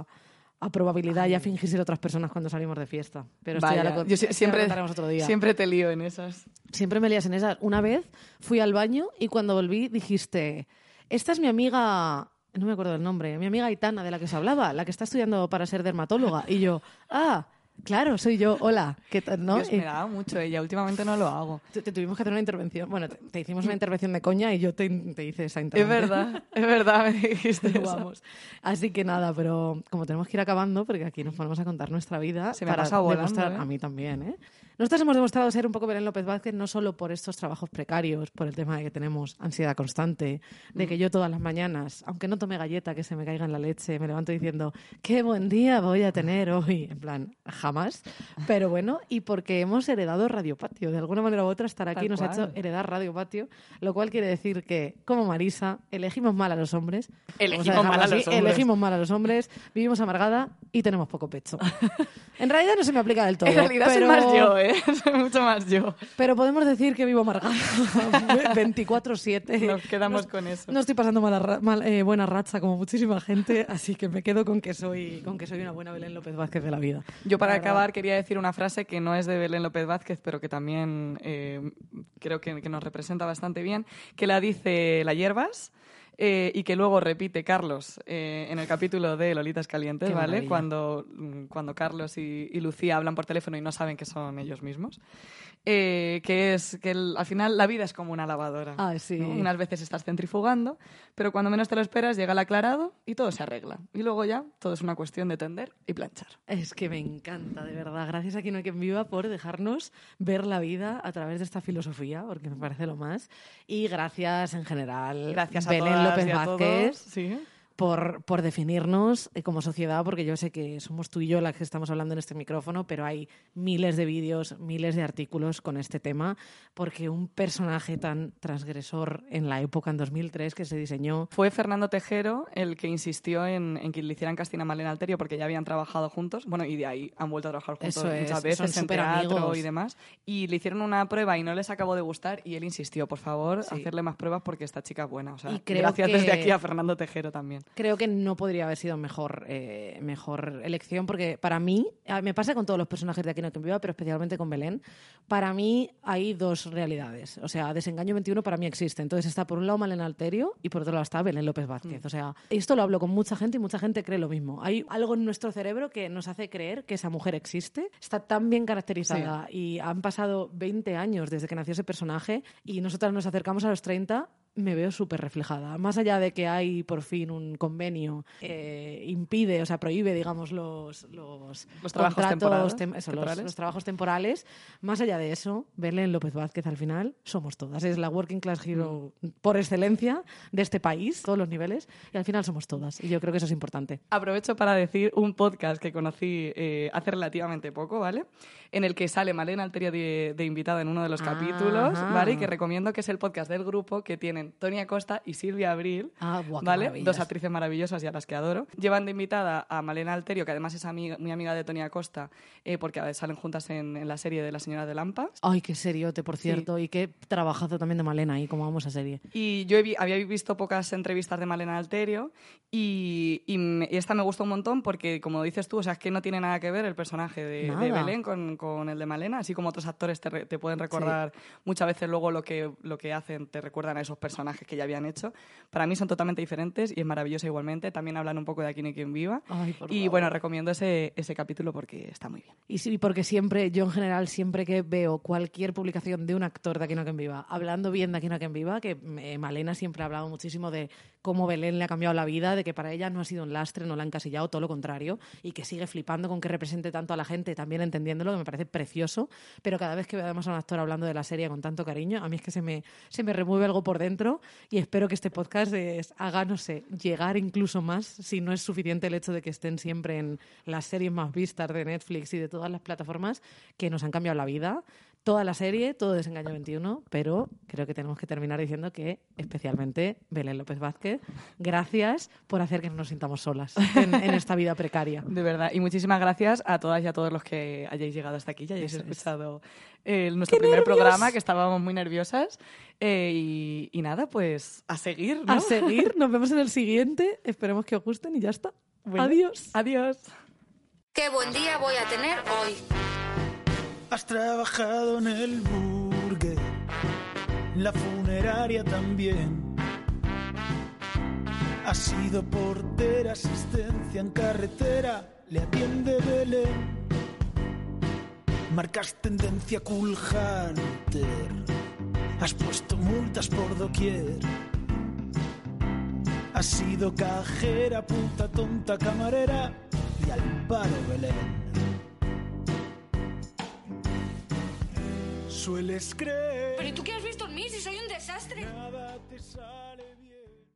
a probabilidad y a fingir ser otras personas cuando salimos de fiesta. Pero esto ya Vaya, lo, yo esto ya lo siempre, contaremos otro día. siempre te lío en esas. Siempre me lías en esas. Una vez fui al baño y cuando volví dijiste, esta es mi amiga, no me acuerdo del nombre, mi amiga Aitana de la que os hablaba, la que está estudiando para ser dermatóloga. Y yo, claro, soy yo, hola, ¿qué tal? ¿No? Dios, me daba mucho ella, últimamente no lo hago. Te tuvimos que hacer una intervención. Bueno, te hicimos una intervención de coña y yo te hice esa Es intervención. verdad, me dijiste eso. Vamos. Así que nada, pero como tenemos que ir acabando, porque aquí nos ponemos a contar nuestra vida. Se me ha pasado volando, demostrar, ¿eh? A mí también, ¿eh? Nosotros hemos demostrado ser un poco Belén López Vázquez, no solo por estos trabajos precarios, por el tema de que tenemos ansiedad constante, de que yo todas las mañanas, aunque no tome galleta que se me caiga en la leche, me levanto diciendo, qué buen día voy a tener hoy. En plan, jamás. Pero bueno, y porque hemos heredado Radio Patio. De alguna manera u otra estar aquí Tal nos ha cual. hecho heredar Radio Patio, lo cual quiere decir que, como Marisa, elegimos mal a los hombres. Elegimos Vamos a dejarlo mal a los así, hombres. Elegimos mal a los hombres, vivimos amargada y tenemos poco pecho. En realidad no se me aplica del todo. En realidad pero, soy más yo, ¿eh? es mucho más yo. Pero podemos decir que vivo amargada 24/7. Nos quedamos con eso. No estoy pasando buena racha como muchísima gente, así que me quedo con que soy una buena Belén López Vázquez de la vida. Yo para acabar quería decir una frase que no es de Belén López Vázquez, pero que también creo que nos representa bastante bien, que la dice La Hierbas. Y que luego repite Carlos en el capítulo de Lolitas Calientes, ¿vale? Cuando Carlos y Lucía hablan por teléfono y no saben que son ellos mismos. Que es que al final la vida es como una lavadora. Sí. ¿no? Unas veces estás centrifugando, pero cuando menos te lo esperas llega el aclarado y todo se arregla. Y luego ya todo es una cuestión de tender y planchar. Es que me encanta, de verdad. Gracias a Aquí no hay quien viva por dejarnos ver la vida a través de esta filosofía, porque me parece lo más. Y gracias en general. Gracias a Belén todas López y a Vázquez. todos. Sí. Por definirnos como sociedad, porque yo sé que somos tú y yo las que estamos hablando en este micrófono, pero hay miles de vídeos, miles de artículos con este tema, porque un personaje tan transgresor en la época, en 2003, que se diseñó... Fue Fernando Tejero el que insistió en que le hicieran casting a Malena Alterio, porque ya habían trabajado juntos, bueno, y de ahí han vuelto a trabajar juntos muchas veces en teatro amigos. Y demás, y le hicieron una prueba y no les acabó de gustar, y él insistió, por favor, hacerle más pruebas porque esta chica es buena. O sea, gracias desde aquí a Fernando Tejero también. Creo que no podría haber sido mejor elección, porque para mí, me pasa con todos los personajes de Aquí no hay quien viva, pero especialmente con Belén, para mí hay dos realidades. O sea, Desengaño 21 para mí existe. Entonces está por un lado Malena Alterio y por otro lado está Belén López Vázquez. O sea, esto lo hablo con mucha gente y mucha gente cree lo mismo. Hay algo en nuestro cerebro que nos hace creer que esa mujer existe, está tan bien caracterizada y han pasado 20 años desde que nació ese personaje y nosotras nos acercamos a los 30, me veo súper reflejada. Más allá de que hay por fin un convenio impide, o sea, prohíbe, digamos, los trabajos temporales. Los trabajos temporales. Más allá de eso, Belén López Vázquez al final somos todas. Es la working class hero por excelencia de este país, todos los niveles, y al final somos todas. Y yo creo que eso es importante. Aprovecho para decir un podcast que conocí hace relativamente poco, ¿vale? En el que sale Malena Alterio de invitada en uno de los capítulos, ¿vale? Y que recomiendo, que es el podcast del grupo que tienen Toni Acosta y Silvia Abril, ¿vale? Dos actrices maravillosas y a las que adoro. Llevan de invitada a Malena Alterio, que además es muy amiga de Toni Acosta, porque salen juntas en la serie de La señora de Lampa. Ay, qué seriote, por cierto, y qué trabajazo también de Malena ahí, como vamos a serie. Y yo había visto pocas entrevistas de Malena Alterio y esta me gustó un montón porque, como dices tú, o sea, es que no tiene nada que ver el personaje de Belén con el de Malena, así como otros actores te pueden recordar muchas veces luego lo que hacen, te recuerdan a esos personajes que ya habían hecho. Para mí son totalmente diferentes y es maravillosa igualmente. También hablan un poco de Aquí no hay quien viva. Ay, y bueno, recomiendo ese capítulo porque está muy bien. Y sí, porque yo en general, siempre que veo cualquier publicación de un actor de Aquí no hay quien viva, hablando bien de Aquí no hay quien viva, que Malena siempre ha hablado muchísimo de cómo Belén le ha cambiado la vida, de que para ella no ha sido un lastre, no la ha encasillado, todo lo contrario, y que sigue flipando con que represente tanto a la gente, también entendiéndolo, que me parece precioso. Pero cada vez que veamos a un actor hablando de la serie con tanto cariño, a mí es que se me remueve algo por dentro, y espero que este podcast haga, no sé, llegar incluso más, si no es suficiente el hecho de que estén siempre en las series más vistas de Netflix y de todas las plataformas que nos han cambiado la vida. Toda la serie, todo Desengaño 21, pero creo que tenemos que terminar diciendo que especialmente Belén López Vázquez, gracias por hacer que no nos sintamos solas en esta vida precaria. De verdad, y muchísimas gracias a todas y a todos los que hayáis llegado hasta aquí, ya hayáis escuchado nuestro primer programa, que estábamos muy nerviosas. Y nada, pues a seguir, ¿no? A seguir, nos vemos en el siguiente, esperemos que os gusten y ya está. Bueno, adiós. Adiós. Qué buen día voy a tener hoy. Has trabajado en el burger, la funeraria también. Has sido portera, asistencia en carretera, le atiende Belén. Marcas tendencia Cool Hunter, has puesto multas por doquier. Has sido cajera, puta tonta, camarera y al paro Belén. Sueles creer. ¿Pero tú qué has visto en mí si soy un desastre? Nada te sale.